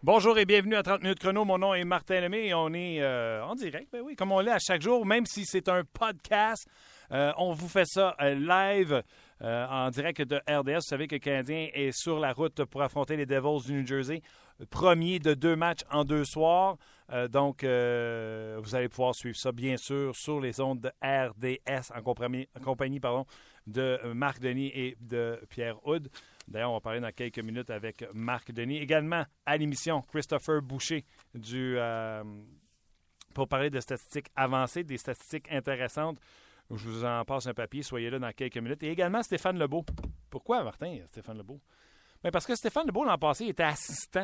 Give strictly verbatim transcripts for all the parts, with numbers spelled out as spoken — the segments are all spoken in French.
Bonjour et bienvenue à trente minutes chrono. Mon nom est Martin Lemay et on est euh, en direct, ben oui, comme on l'est à chaque jour, même si c'est un podcast. Euh, on vous fait ça euh, live euh, en direct de R D S. Vous savez que le Canadien est sur la route pour affronter les Devils du New Jersey. Premier de deux matchs en deux soirs. Euh, donc, euh, vous allez pouvoir suivre ça, bien sûr, sur les ondes de R D S en compagnie, en compagnie pardon, de Marc Denis et de Pierre Houde. D'ailleurs, on va parler dans quelques minutes avec Marc Denis. Également, à l'émission, Christopher Boucher du, euh, pour parler de statistiques avancées, des statistiques intéressantes. Je vous en passe un papier, soyez là dans quelques minutes. Et également, Stéphane Lebeau. Pourquoi, Martin, Stéphane Lebeau? Bien, parce que Stéphane Lebeau, l'an passé, était assistant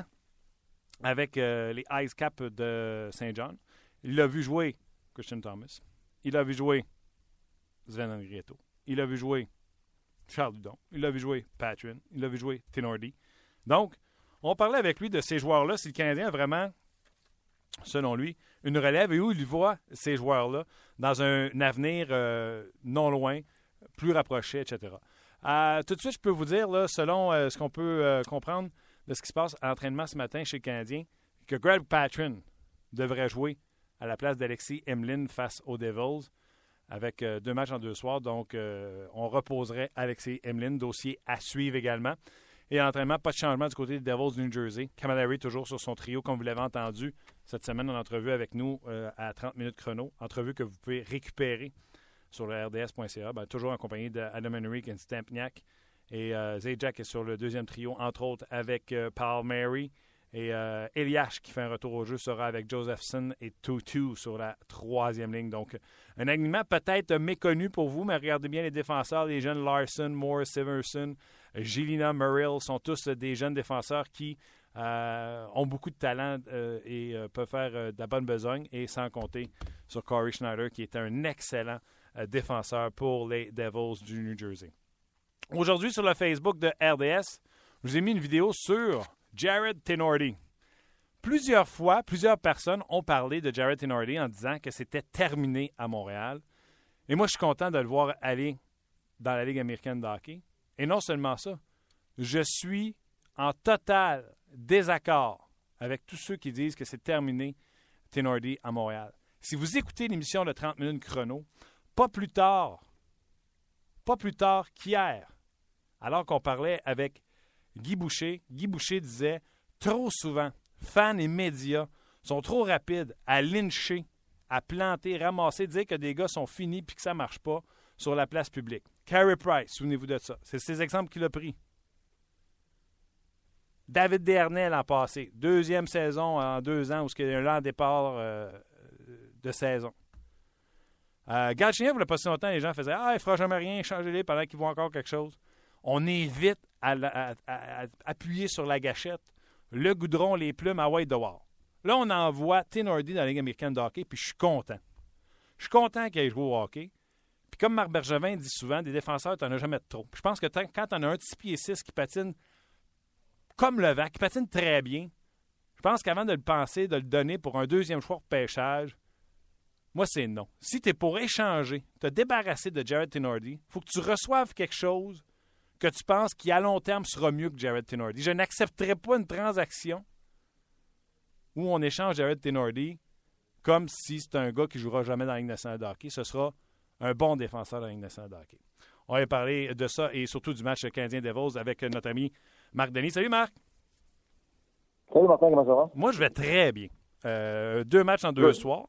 avec euh, les Ice Caps de Saint-John. Il l'a vu jouer Christian Thomas. Il l'a vu jouer Sven Andrietto. Il l'a vu jouer Charles Dudon. Il l'a vu jouer Patrin. Il l'a vu jouer Tenordi. Donc, on parlait avec lui de ces joueurs-là, si le Canadien a vraiment, selon lui, une relève et où il voit ces joueurs-là dans un avenir euh, non loin, plus rapproché, et cetera. Euh, tout de suite, je peux vous dire, là, selon euh, ce qu'on peut euh, comprendre de ce qui se passe à l'entraînement ce matin chez le Canadien, que Greg Patrin devrait jouer à la place d'Alexis Emelin face aux Devils avec euh, deux matchs en deux soirs. Donc, euh, on reposerait Alexis Emelin, dossier à suivre également. Et à l'entraînement, pas de changement du côté des Devils du New Jersey. Camilleri toujours sur son trio, comme vous l'avez entendu cette semaine en entrevue avec nous euh, à trente minutes chrono. Entrevue que vous pouvez récupérer sur le R D S point C A. Ben, toujours en compagnie d'Adam Henrique et Stempniak. Et euh, Zajac est sur le deuxième trio, entre autres avec euh, Palmieri. Et euh, Elias, qui fait un retour au jeu, sera avec Josephson et Tutu sur la troisième ligne. Donc, un alignement peut-être méconnu pour vous, mais regardez bien les défenseurs, les jeunes Larson, Moore, Severson, Gilina, Murrill, sont tous des jeunes défenseurs qui euh, ont beaucoup de talent euh, et euh, peuvent faire euh, de la bonne besogne. Et sans compter sur Corey Schneider, qui est un excellent euh, défenseur pour les Devils du New Jersey. Aujourd'hui, sur le Facebook de R D S, je vous ai mis une vidéo sur Jarred Tenordi. Plusieurs fois, plusieurs personnes ont parlé de Jarred Tenordi en disant que c'était terminé à Montréal. Et moi, je suis content de le voir aller dans la Ligue américaine de hockey. Et non seulement ça, je suis en total désaccord avec tous ceux qui disent que c'est terminé Tenordi à Montréal. Si vous écoutez l'émission de trente minutes chrono, pas plus tard, pas plus tard qu'hier, alors qu'on parlait avec Guy Boucher, Guy Boucher disait trop souvent, fans et médias sont trop rapides à lyncher, à planter, ramasser, dire que des gars sont finis et que ça ne marche pas sur la place publique. Carey Price, souvenez-vous de ça. C'est ces exemples qu'il a pris. David Desharnais l'an passé, deuxième saison en deux ans où il y a un lent départ euh, de saison. Euh, Galchenyuk, il n'y a pas si longtemps, les gens faisaient « Ah, il ne fera jamais rien, changez-les pendant qu'ils voient encore quelque chose. » On évite à, à, à, à appuyer sur la gâchette, le goudron, les plumes à White Dewar. Là, on envoie Tenordi dans la Ligue américaine de hockey, puis je suis content. Je suis content qu'il ait joué au hockey. Puis comme Marc Bergevin dit souvent, des défenseurs, tu n'en as jamais de trop. Puis je pense que quand tu en as un de six pieds six qui patine comme le vent, qui patine très bien, je pense qu'avant de le penser, de le donner pour un deuxième choix de pêchage, moi, c'est non. Si tu es pour échanger, te débarrasser de Jarred Tenordi, il faut que tu reçoives quelque chose que tu penses qui, à long terme, sera mieux que Jarred Tenordi. Je n'accepterai pas une transaction où on échange Jarred Tenordi comme si c'est un gars qui ne jouera jamais dans la Ligue nationale de hockey. Ce sera un bon défenseur de la Ligue nationale de hockey. On va parler de ça et surtout du match Canadien-Devils avec notre ami Marc Denis. Salut, Marc! Salut, Martin, comment ça va? Moi, je vais très bien. Euh, deux matchs en deux oui. soirs.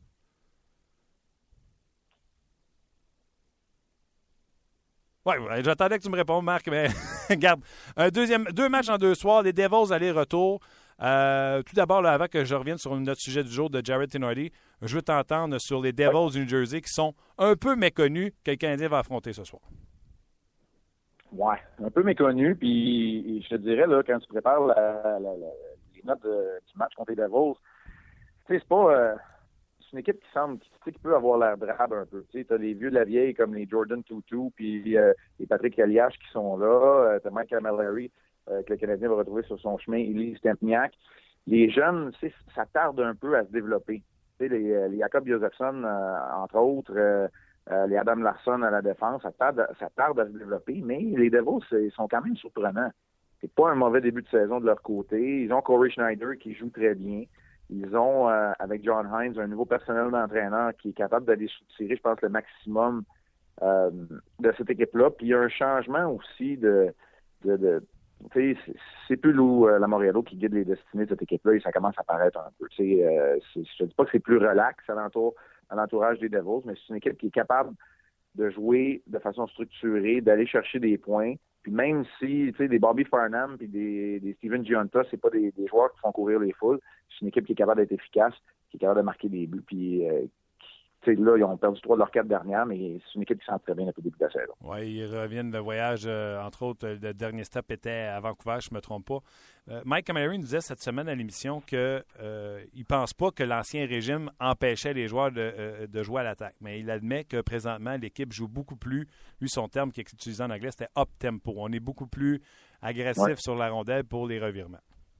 Oui, ouais, j'attendais que tu me répondes, Marc, mais regarde, un deuxième, deux matchs en deux soirs, les Devils aller-retour. Euh, tout d'abord, là, avant que je revienne sur notre sujet du jour de Jarred Tenordi, je veux t'entendre sur les Devils ouais. du New Jersey qui sont un peu méconnus que le Canadien va affronter ce soir. Oui, un peu méconnus, puis je te dirais, là, quand tu prépares la, la, la, les notes de, du match contre les Devils, tu sais, c'est pas... Euh, c'est une équipe qui semble, qui, qui peut avoir l'air drabe un peu. Tu sais, t'as les vieux de la vieille comme les Jordan Tutu, puis euh, les Patrick Elias qui sont là, euh, t'as Mike Camilleri euh, que le Canadien va retrouver sur son chemin, Élie Stempniak. Les jeunes, tu sais, ça tarde un peu à se développer. Tu sais, les, les Jacob Josephson, euh, entre autres, euh, euh, les Adam Larsson à la défense, ça tarde, ça tarde à se développer, mais les Devils, ils sont quand même surprenants. c'est pas un mauvais début de saison de leur côté. Ils ont Corey Schneider qui joue très bien. Ils ont, euh, avec John Hines, un nouveau personnel d'entraîneur qui est capable d'aller soutirer, je pense, le maximum euh, de cette équipe-là. Puis il y a un changement aussi de... de, de tu sais, c'est plus Lou euh, Lamoriello qui guide les destinées de cette équipe-là et ça commence à paraître un peu. Tu sais, euh, je ne dis pas que c'est plus relax à l'entour, à l'entourage des Devils, mais c'est une équipe qui est capable de jouer de façon structurée, d'aller chercher des points. Puis même si, tu sais, des Bobby Farnham puis des, des Steven Gionta, c'est pas des, des joueurs qui font courir les foules, c'est une équipe qui est capable d'être efficace, qui est capable de marquer des buts, puis euh, tu sais, là, ils ont perdu trois de leurs quatre dernières, mais c'est une équipe qui s'en très bien depuis le début de la saison. Oui, ils reviennent de voyage. Euh, entre autres, le dernier stop était à Vancouver, je ne me trompe pas. Euh, Mike Camilleri nous disait cette semaine à l'émission qu'il euh, ne pense pas que l'ancien régime empêchait les joueurs de, euh, de jouer à l'attaque. Mais il admet que présentement, l'équipe joue beaucoup plus. Lui, son terme qu'il utilisait en anglais, c'était « up-tempo ». On est beaucoup plus agressif ouais. sur la rondelle pour les revirements.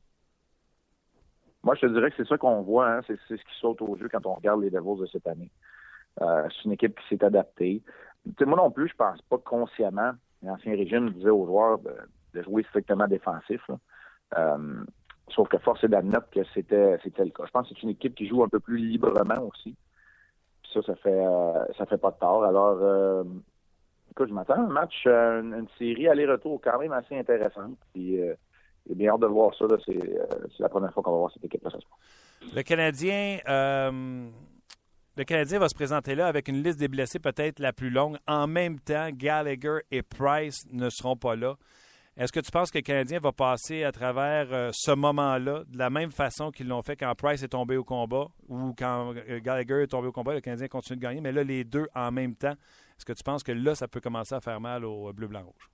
Moi, je te dirais que c'est ça qu'on voit. Hein? C'est, c'est ce qui saute aux yeux quand on regarde les Devils de cette année. Euh, c'est une équipe qui s'est adaptée. T'sais, moi non plus, je pense pas consciemment, l'ancien régime disait aux joueurs de, de jouer strictement défensif. Euh, sauf que force est d'admettre que c'était, c'était le cas. Je pense que c'est une équipe qui joue un peu plus librement aussi. Puis ça, ça fait euh, ça fait pas de tort. Alors, euh, écoute, je m'attends à un match, euh, une, une série aller-retour quand même assez intéressante. Puis, euh, j'ai bien hâte de voir ça. Là. C'est, euh, c'est la première fois qu'on va voir cette équipe-là ce soir. Le Canadien... Euh... Le Canadien va se présenter là avec une liste des blessés peut-être la plus longue. En même temps, Gallagher et Price ne seront pas là. Est-ce que tu penses que le Canadien va passer à travers euh, ce moment-là de la même façon qu'ils l'ont fait quand Price est tombé au combat ou quand euh, Gallagher est tombé au combat, le Canadien continue de gagner, mais là, les deux en même temps, est-ce que tu penses que là, ça peut commencer à faire mal au bleu-blanc-rouge?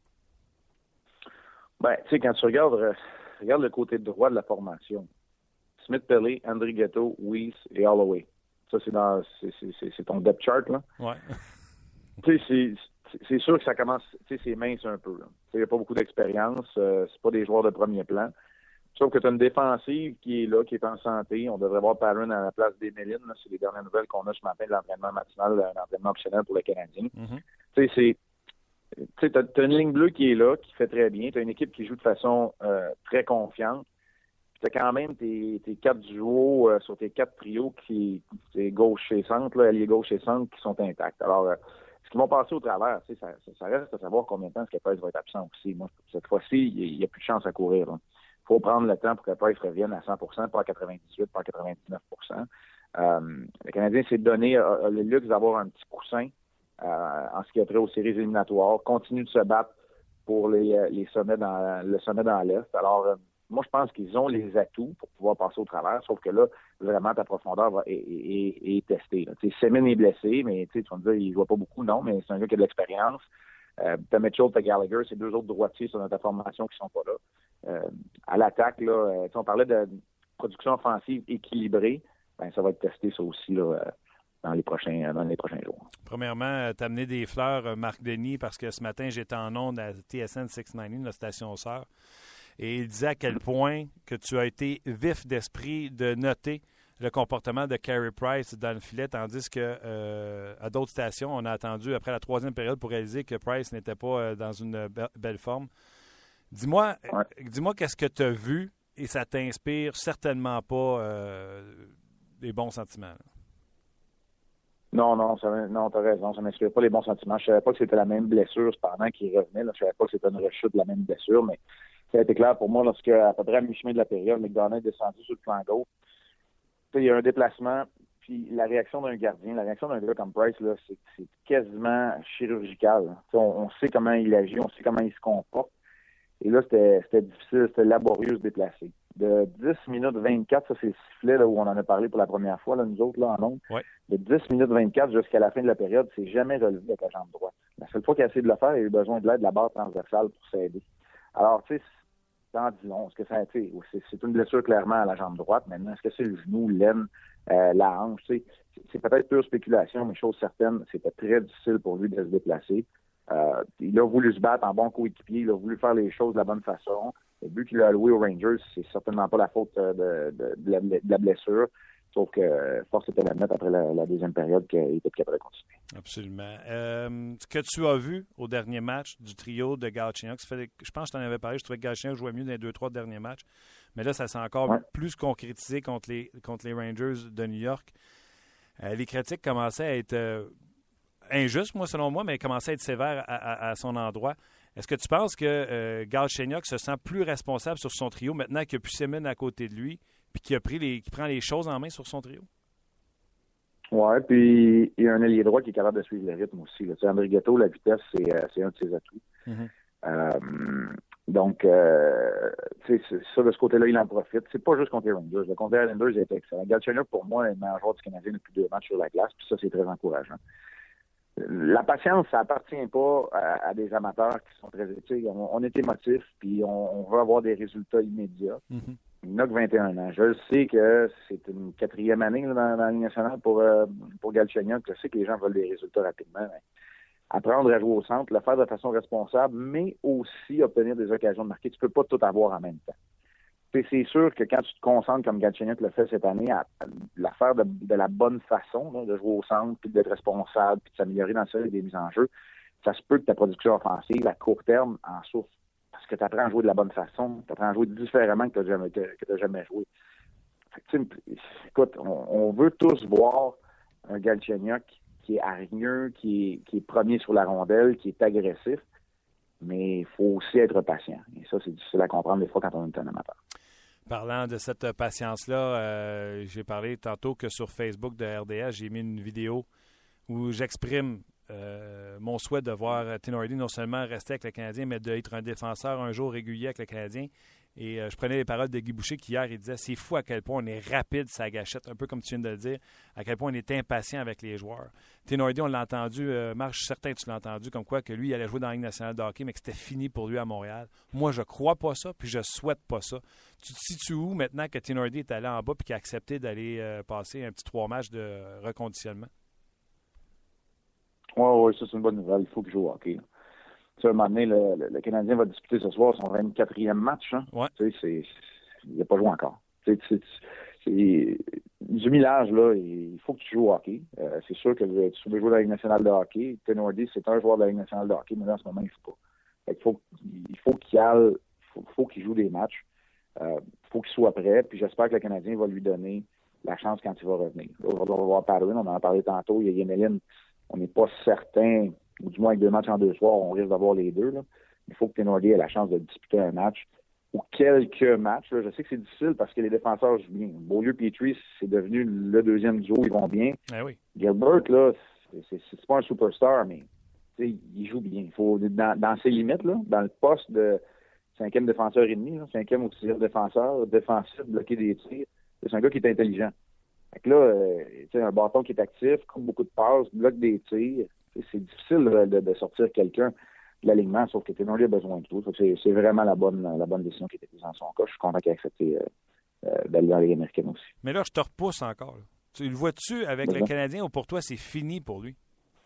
Ben, tu sais, quand tu regardes, euh, regarde le côté droit de la formation, Smith-Pelly, Andrighetto, Weiss et Holloway. Ça, c'est dans c'est, c'est, c'est ton depth chart, là. Ouais. Tu sais, c'est, c'est sûr que ça commence, tu sais, c'est mince un peu, là. Tu sais, il n'y a pas beaucoup d'expérience, euh, c'est pas des joueurs de premier plan. Sauf que tu as une défensive qui est là, qui est en santé. On devrait voir Parent à la place des Mélines, là. C'est les dernières nouvelles qu'on a ce matin de l'entraînement matinal, l'entraînement optionnel pour les Canadiens. Mm-hmm. Tu sais, c'est... Tu sais, tu as une ligne bleue qui est là, qui fait très bien. Tu as une équipe qui joue de façon euh, très confiante. Tu as quand même tes, tes quatre duos euh, sur tes quatre trios qui, c'est gauche et centre, là, alliés gauche et centre, qui sont intacts. Alors, euh, ce qu'ils vont passer au travers, tu sais, ça, ça, ça reste à savoir combien de temps est-ce que Price va être absent aussi. Moi, cette fois-ci, il n'y a, a plus de chance à courir. Il faut prendre le temps pour que Price revienne à cent pour cent, pas à quatre-vingt-dix-huit, pas à quatre-vingt-dix-neuf pour cent. Euh, le Canadien s'est donné euh, le luxe d'avoir un petit coussin euh, en ce qui a trait aux séries éliminatoires, continue de se battre pour les, les sommets dans le sommet dans l'Est. Alors, euh, moi, je pense qu'ils ont les atouts pour pouvoir passer au travers, sauf que là, vraiment, ta profondeur va, est, est, est testée. Semin est blessé, mais tu vas me dire, il ne joue pas beaucoup, non, mais c'est un gars qui a de l'expérience. Euh, t'as Mitchell, t'as Gallagher, c'est deux autres droitiers sur notre formation qui sont pas là. Euh, à l'attaque, là, euh, on parlait de production offensive équilibrée, ben, ça va être testé, ça aussi, là, euh, dans les prochains dans les prochains jours. Premièrement, t'as amené des fleurs, Marc Denis, parce que ce matin, j'étais en onde à T S N six cent quatre-vingt-dix, la station sœur. Et il disait à quel point que tu as été vif d'esprit de noter le comportement de Carey Price dans le filet, tandis que euh, à d'autres stations, on a attendu après la troisième période pour réaliser que Price n'était pas euh, dans une be- belle forme. Dis-moi, ouais. dis-moi qu'est-ce que tu as vu et ça t'inspire certainement pas euh, des bons sentiments. Là. Non, non, ça, non, t'as raison, ça m'inspire pas les bons sentiments. Je savais pas que c'était la même blessure cependant qu'il revenait. Là. Je savais pas que c'était une rechute de la même blessure, mais ça a été clair pour moi lorsque, à peu près à mi-chemin de la période, McDonald est descendu sur le flanc gauche. Il y a un déplacement, puis la réaction d'un gardien, la réaction d'un gars comme Price, là, c'est, c'est quasiment chirurgical. On, on sait comment il agit, on sait comment il se comporte. Et là, c'était, c'était difficile, c'était laborieux de se déplacer. De dix minutes vingt-quatre, ça c'est le sifflet là, où on en a parlé pour la première fois, là, nous autres, là, en ondes. Ouais. De dix minutes vingt-quatre jusqu'à la fin de la période, c'est jamais relevé avec la jambe droite. La seule fois qu'il a essayé de le faire, il a eu besoin de l'aide de la barre transversale pour s'aider. Alors, tu sais, t'en dis long. Est-ce que ça, c'est, c'est une blessure clairement à la jambe droite. Maintenant, est-ce que c'est le genou, l'aine, euh, la hanche? C'est, c'est peut-être pure spéculation, mais chose certaine, c'était très difficile pour lui de se déplacer. Euh, il a voulu se battre en bon coéquipier, il a voulu faire les choses de la bonne façon. Le but qu'il a alloué aux Rangers, c'est certainement pas la faute de, de, de, la, de la blessure. Sauf que force était d'admettre après la, la deuxième période qu'il était capable de continuer. Absolument. Euh, ce que tu as vu au dernier match du trio de Galchenyuk, je pense que je t'en avais parlé, je trouvais que Galchenyuk jouait mieux dans les deux, trois derniers matchs, mais là, ça s'est encore ouais. plus concrétisé contre les, contre les Rangers de New York. Euh, les critiques commençaient à être euh, injustes, moi, selon moi, mais commençaient à être sévères à, à, à son endroit. Est-ce que tu penses que euh, Galchenyuk se sent plus responsable sur son trio maintenant qu'il n'y a plus Semin à côté de lui puis qu'il a pris les, qu'il prend les choses en main sur son trio? Oui, puis il y a un ailier droit qui est capable de suivre le rythme aussi. Là. Tu sais, André Ghetto, la vitesse, c'est, euh, c'est un de ses atouts. Mm-hmm. Euh, donc, euh, tu sais, ça, de ce côté-là, il en profite. C'est pas juste contre les Rangers. Le contre les Rangers, il était excellent. Galchenyuk, pour moi, est le meilleur joueur du Canadien depuis deux matchs sur la glace, puis ça, c'est très encourageant. La patience, ça appartient pas à, à des amateurs qui sont très éthiques. On, on est émotif, puis on, on veut avoir des résultats immédiats. Mm-hmm. Il n'a que vingt et un ans. Je sais que c'est une quatrième année là, dans, dans la Ligue nationale pour, euh, pour Galchenyuk. Je sais que les gens veulent des résultats rapidement. Mais apprendre à jouer au centre, le faire de façon responsable, mais aussi obtenir des occasions de marquer. Tu peux pas tout avoir en même temps. Puis c'est sûr que quand tu te concentres, comme Galchenyuk le fait cette année, à, à la faire de, de la bonne façon, là, de jouer au centre, puis d'être responsable, puis de s'améliorer dans le série des mises en jeu, ça se peut que ta production offensive, à court terme, en souffre. Parce que tu apprends à jouer de la bonne façon, tu apprends à jouer différemment que tu n'as jamais, que, que jamais joué. Fait que, écoute, on, on veut tous voir un Galchenyuk qui est hargneux, qui est, qui est premier sur la rondelle, qui est agressif, mais il faut aussi être patient. Et ça, c'est difficile à comprendre des fois quand on est un amateur. Parlant de cette patience-là, euh, j'ai parlé tantôt que sur Facebook de R D S, j'ai mis une vidéo où j'exprime Euh, mon souhait de voir Tinordi non seulement rester avec le Canadien, mais d'être un défenseur un jour régulier avec le Canadien. Et euh, je prenais les paroles de Guy Boucher qui hier, il disait c'est fou à quel point on est rapide sa gâchette, un peu comme tu viens de le dire, à quel point on est impatient avec les joueurs. Tinordi, on l'a entendu, euh, Marc, je suis certain que tu l'as entendu, comme quoi que lui, il allait jouer dans la Ligue nationale de hockey, mais que c'était fini pour lui à Montréal. Moi, je crois pas ça, puis je souhaite pas ça. Tu te situes où maintenant que Tinordi est allé en bas et qu'il a accepté d'aller euh, passer un petit trois matchs de reconditionnement? Oui, oui, ça, c'est une bonne nouvelle. Il faut qu'il joue au hockey. Tu sais, à un moment donné, le, le, le Canadien va disputer ce soir son vingt-quatrième match. Hein? Ouais. Tu sais, c'est, c'est, il n'a pas joué encore. Tu sais, c'est, c'est, du millage, là, il faut que tu joues au hockey. Euh, c'est sûr que tu veux jouer dans la Ligue nationale de hockey. Tinordi, c'est un joueur de la Ligue nationale de hockey, mais là, en ce moment, il ne faut pas. Fait qu'il faut, il faut qu'il aille, faut, faut qu'il joue des matchs. Il euh, faut qu'il soit prêt. Puis j'espère que le Canadien va lui donner la chance quand il va revenir. Là, on va voir Padwin, on en a parlé tantôt. Il y a Yemelin. On n'est pas certain, ou du moins avec deux matchs en deux soirs, on risque d'avoir les deux. Là. Il faut que Tinordi ait la chance de disputer un match ou quelques matchs. Là. Je sais que c'est difficile parce que les défenseurs jouent bien. Beaulieu-Petrie, c'est devenu le deuxième duo, ils vont bien. Ah oui. Gilbert, là, c'est, c'est, c'est pas un superstar, mais il joue bien. Il faut, dans, dans ses limites, là, dans le poste de cinquième défenseur et demi, là, cinquième ou sixième défenseur, défensif, bloquer des tirs, c'est un gars qui est intelligent. Fait que là, euh, tu sais, un bâton qui est actif, coupe beaucoup de passes, bloque des tirs. C'est difficile de, de, de sortir quelqu'un de l'alignement, sauf que Tinordi a besoin de tout. C'est, c'est vraiment la bonne, la bonne décision qui a été prise dans son cas. Je suis content qu'il ait accepté euh, euh, d'aller dans la Ligue américaine aussi. Mais là, je te repousse encore. Là. Tu le vois-tu avec ben le Canadien ou pour toi, c'est fini pour lui?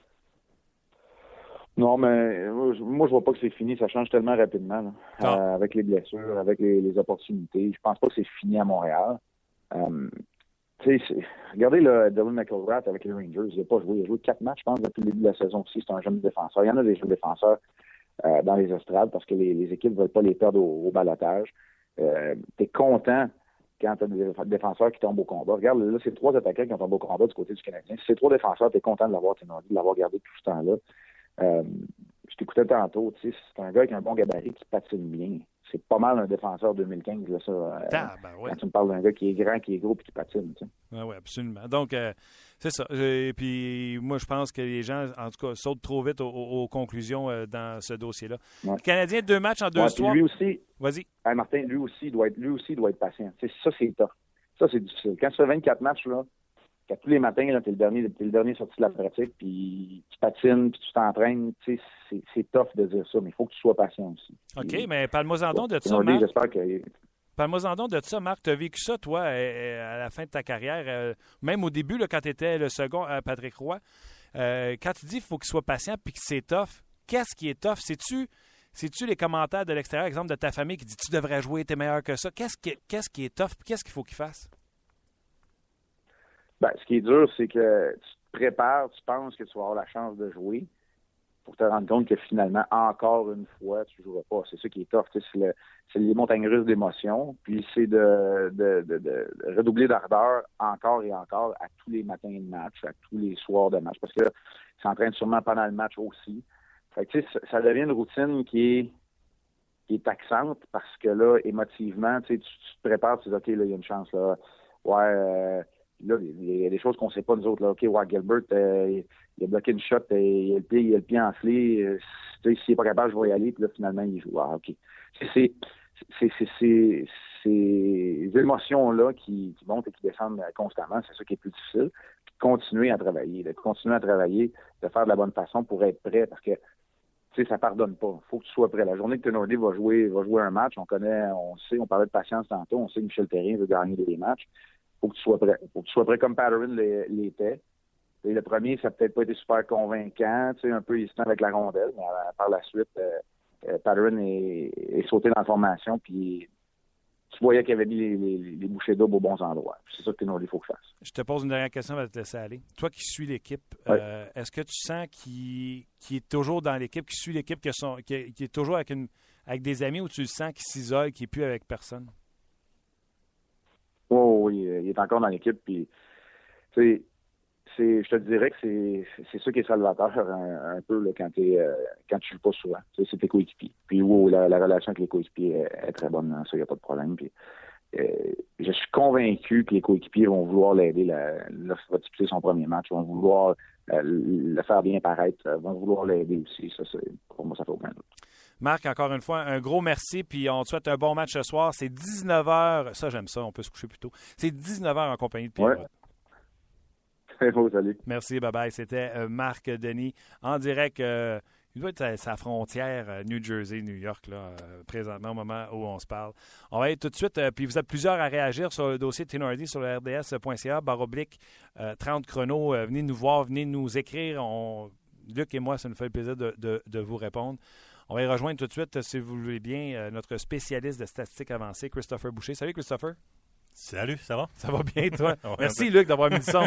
Non, mais moi, je vois pas que c'est fini. Ça change tellement rapidement. Là, euh, avec les blessures, avec les, les opportunités. Je pense pas que c'est fini à Montréal. Euh, Regardez le Dylan McIlrath avec les Rangers. Il n'a pas joué. Il a joué quatre matchs, je pense, depuis le début de la saison aussi. C'est un jeune défenseur. Il y en a des jeunes défenseurs euh, dans les estrades parce que les, les équipes ne veulent pas les perdre au, au balotage. Euh, tu es content quand tu as des défenseurs qui tombent au combat. Regarde, là, c'est trois attaquants qui ont tombé au combat du côté du Canadien. Si c'est trois défenseurs, tu es content de l'avoir, Tinordi, de l'avoir gardé tout ce temps-là. Euh, je t'écoutais tantôt. C'est un gars avec un bon gabarit qui patine bien. C'est pas mal un défenseur deux mille quinze, là, ça. Euh, ah, ben ouais. Quand tu me parles d'un gars qui est grand, qui est gros et qui patine, tu sais. Oui, ouais, absolument. Donc, euh, c'est ça. Et puis, moi, je pense que les gens, en tout cas, sautent trop vite aux, aux conclusions euh, dans ce dossier-là. Ouais. Le Canadien, deux matchs en deux ouais, soirs. Lui aussi. Vas-y. Hey, Martin, lui aussi, doit être, lui aussi doit être patient. T'sais, ça, c'est tough. Ça, c'est difficile. Quand tu fais vingt-quatre matchs, là, quand tous les matins, tu es le dernier, t'es le dernier sorti de la pratique, puis tu patines, puis tu t'entraînes, c'est, c'est tough de dire ça, mais il faut que tu sois patient aussi. OK, puis, mais parle-moi-en donc de ça, Marc. J'espère que... Parle-moi-en donc de ça, Marc. Tu as vécu ça, toi, à la fin de ta carrière, même au début, là, quand tu étais le second à Patrick Roy. Euh, quand tu dis qu'il faut qu'il soit patient puis que c'est tough, qu'est-ce qui est tough? C'est-tu, c'est-tu les commentaires de l'extérieur, exemple de ta famille qui dit « tu devrais jouer, t'es meilleur que ça ». Qu'est-ce qui, qu'est-ce qui est tough? Qu'est-ce qu'il faut qu'il fasse? Ben, ce qui est dur, c'est que tu te prépares, tu penses que tu vas avoir la chance de jouer pour te rendre compte que finalement, encore une fois, tu ne joueras pas. C'est ça qui est tough. C'est, le, c'est les montagnes russes d'émotions. Puis c'est de, de, de, de redoubler d'ardeur encore et encore à tous les matins de match, à tous les soirs de match. Parce que là, ça s'entraîne sûrement pendant le match aussi. Fait que, tu sais, ça devient une routine qui est, qui est taxante parce que là, émotivement, tu, sais, tu, tu te prépares, tu dis, OK, là, il y a une chance, là. Ouais, euh, là, il y a des choses qu'on ne sait pas, nous autres, là. OK, ouais, Gilbert, euh, il a bloqué une shot, euh, il a le pied, il a le pied enflé. Euh, tu sais, s'il n'est pas capable, je vais y aller, puis là, finalement, il joue. Ah, OK. C'est, c'est, c'est, c'est, c'est, ces émotions-là qui, qui montent et qui descendent constamment, c'est ça qui est plus difficile. Puis continuer à travailler, de continuer à travailler, de faire de la bonne façon pour être prêt, parce que tu sais, ça pardonne pas. Il faut que tu sois prêt. La journée que Tenordi va jouer, va jouer un match, on connaît, on sait, on parlait de patience tantôt, on sait que Michel Therrien veut gagner des matchs. Il faut que tu sois prêt. Il faut que tu sois prêt comme Patterson l'était. Et le premier, ça n'a peut-être pas été super convaincant, tu sais, un peu hésitant avec la rondelle, mais euh, par la suite, euh, euh, Patterson est, est sauté dans la formation, puis tu voyais qu'il avait mis les, les, les bouchées d'eau aux bons endroits. Puis c'est ça que Tenordi, il faut que fasse. Je te pose une dernière question, on va te laisser aller. Toi qui suis l'équipe, ouais. euh, est-ce que tu sens qu'il, qu'il est toujours dans l'équipe, qu'il suit l'équipe, qu'il son, qu'il est toujours avec, une, avec des amis, ou tu le sens qu'il s'isole, qu'il n'est plus avec personne? Oh, oui, il est encore dans l'équipe. Puis, tu sais, c'est, je te dirais que c'est, c'est ça qui est salvateur un, un peu là, quand, euh, quand tu ne joues pas souvent. Tu sais, c'est tes coéquipiers. Puis, wow, la, la relation avec les coéquipiers est, est très bonne. Hein, ça, il n'y a pas de problème. Puis, euh, je suis convaincu que les coéquipiers vont vouloir l'aider lorsqu'il va disputer son premier match, vont vouloir euh, le faire bien paraître, vont vouloir l'aider aussi. Ça, c'est, pour moi, ça fait aucun doute. Marc, encore une fois, un gros merci, puis on te souhaite un bon match ce soir. C'est dix-neuf heures, ça j'aime ça, on peut se coucher plus tôt. C'est dix-neuf heures en compagnie de Pierre. Ouais. C'est beau, salut. Merci, bye-bye. C'était euh, Marc Denis, en direct, euh, il doit être à sa frontière euh, New Jersey, New York, là, euh, présentement, au moment où on se parle. On va aller tout de suite, euh, puis vous êtes plusieurs à réagir sur le dossier de Tenordi sur le R D S point C A, barre oblique, euh, trente chrono. Euh, venez nous voir, venez nous écrire. On... Luc et moi, ça nous fait le plaisir de, de, de vous répondre. On va y rejoindre tout de suite, si vous voulez bien, euh, notre spécialiste de statistiques avancées, Christopher Boucher. Salut, Christopher. Salut, ça va? Ça va bien, toi? Ouais, Merci, Luc, d'avoir mis le son.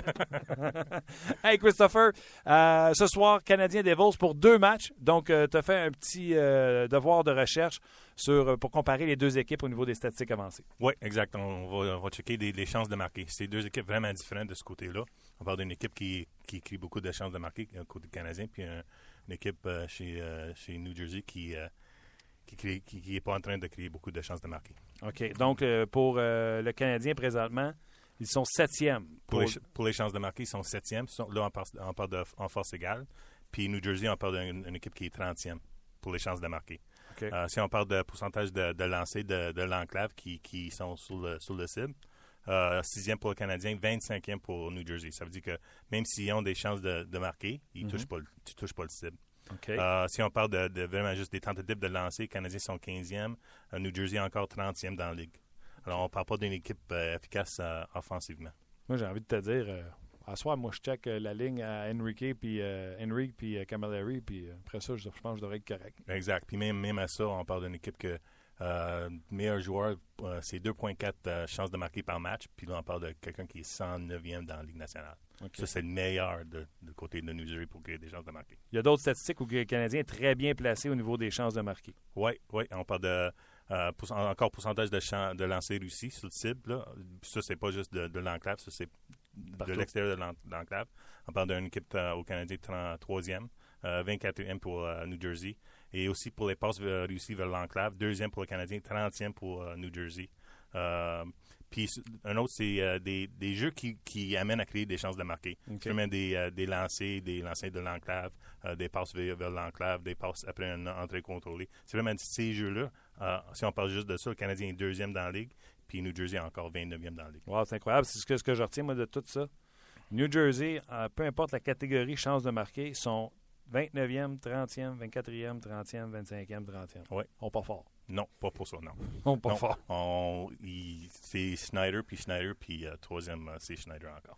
Hey, Christopher, euh, ce soir, Canadien Devils pour deux matchs. Donc, euh, tu as fait un petit euh, devoir de recherche sur, pour comparer les deux équipes au niveau des statistiques avancées. Oui, exact. On va, on va checker des, les chances de marquer. C'est deux équipes vraiment différentes de ce côté-là. On parle d'une équipe qui, qui crée beaucoup de chances de marquer, côté canadien, puis un, une équipe euh, chez, euh, chez New Jersey qui... Euh, qui n'est qui, qui pas en train de créer beaucoup de chances de marquer. OK. Donc, euh, pour euh, le Canadien, présentement, ils sont septièmes. Pour, pour, les, pour les chances de marquer, ils sont septièmes. Là, on parle, on parle de, en force égale. Puis New Jersey, on parle d'une une équipe qui est trentième pour les chances de marquer. Okay. Euh, si on parle de pourcentage de, de lancers de, de l'enclave qui, qui sont sur le, sur le cible, euh, sixième pour le Canadien, vingt-cinquième pour New Jersey. Ça veut dire que même s'ils ont des chances de, de marquer, ils mm-hmm. touchent pas, tu ne touches pas le cible. Okay. Euh, si on parle de, de vraiment juste des tentatives de lancer, les Canadiens sont quinzième, euh, New Jersey encore trentième dans la Ligue. Alors, on ne parle pas d'une équipe euh, efficace euh, offensivement. Moi, j'ai envie de te dire, euh, à soir, moi, je check euh, la ligne à Enrique, puis euh, Henrik, puis euh, Camilleri, puis euh, après ça, je, je pense que je devrais être correct. Exact. Puis même, même à ça, on parle d'une équipe que euh, meilleur joueur, euh, c'est deux virgule quatre euh, chances de marquer par match. Puis là, on parle de quelqu'un qui est cent neuvième dans la Ligue nationale. Okay. Ça, c'est le meilleur de, de côté de New Jersey pour qu'il y ait des chances de marquer. Il y a d'autres statistiques où le Canadien est très bien placé au niveau des chances de marquer. Oui, oui. On parle de euh, pour, encore pourcentage de, champ, de lancers réussis sur le cible. Là. Ça, c'est pas juste de, de l'enclave, ça, c'est Partout. De l'extérieur de l'enclave. On parle d'une équipe euh, au Canadien trente-troisième, euh, vingt-quatrième pour euh, New Jersey. Et aussi pour les passes euh, réussies vers l'enclave, deuxième pour le Canadien, trentième pour euh, New Jersey. Euh, Puis un autre, c'est euh, des, des jeux qui, qui amènent à créer des chances de marquer. Okay. Vraiment des, euh, des lancers, des lancers de l'enclave, euh, des passes vers, vers l'enclave, des passes après une entrée contrôlée. C'est vraiment ces jeux-là. Euh, si on parle juste de ça, le Canadien est deuxième dans la Ligue, puis New Jersey est encore vingt-neuvième dans la Ligue. Wow, c'est incroyable. C'est ce que, ce que je retiens, moi, de tout ça. New Jersey, euh, peu importe la catégorie chances de marquer, sont vingt-neuvième, trentième, vingt-quatrième, trentième, vingt-cinquième, trentième. Oui. On part fort. Non, pas pour ça, non. On part non, fort. On, il, c'est Schneider, puis Schneider, puis euh, troisième, euh, c'est Schneider encore.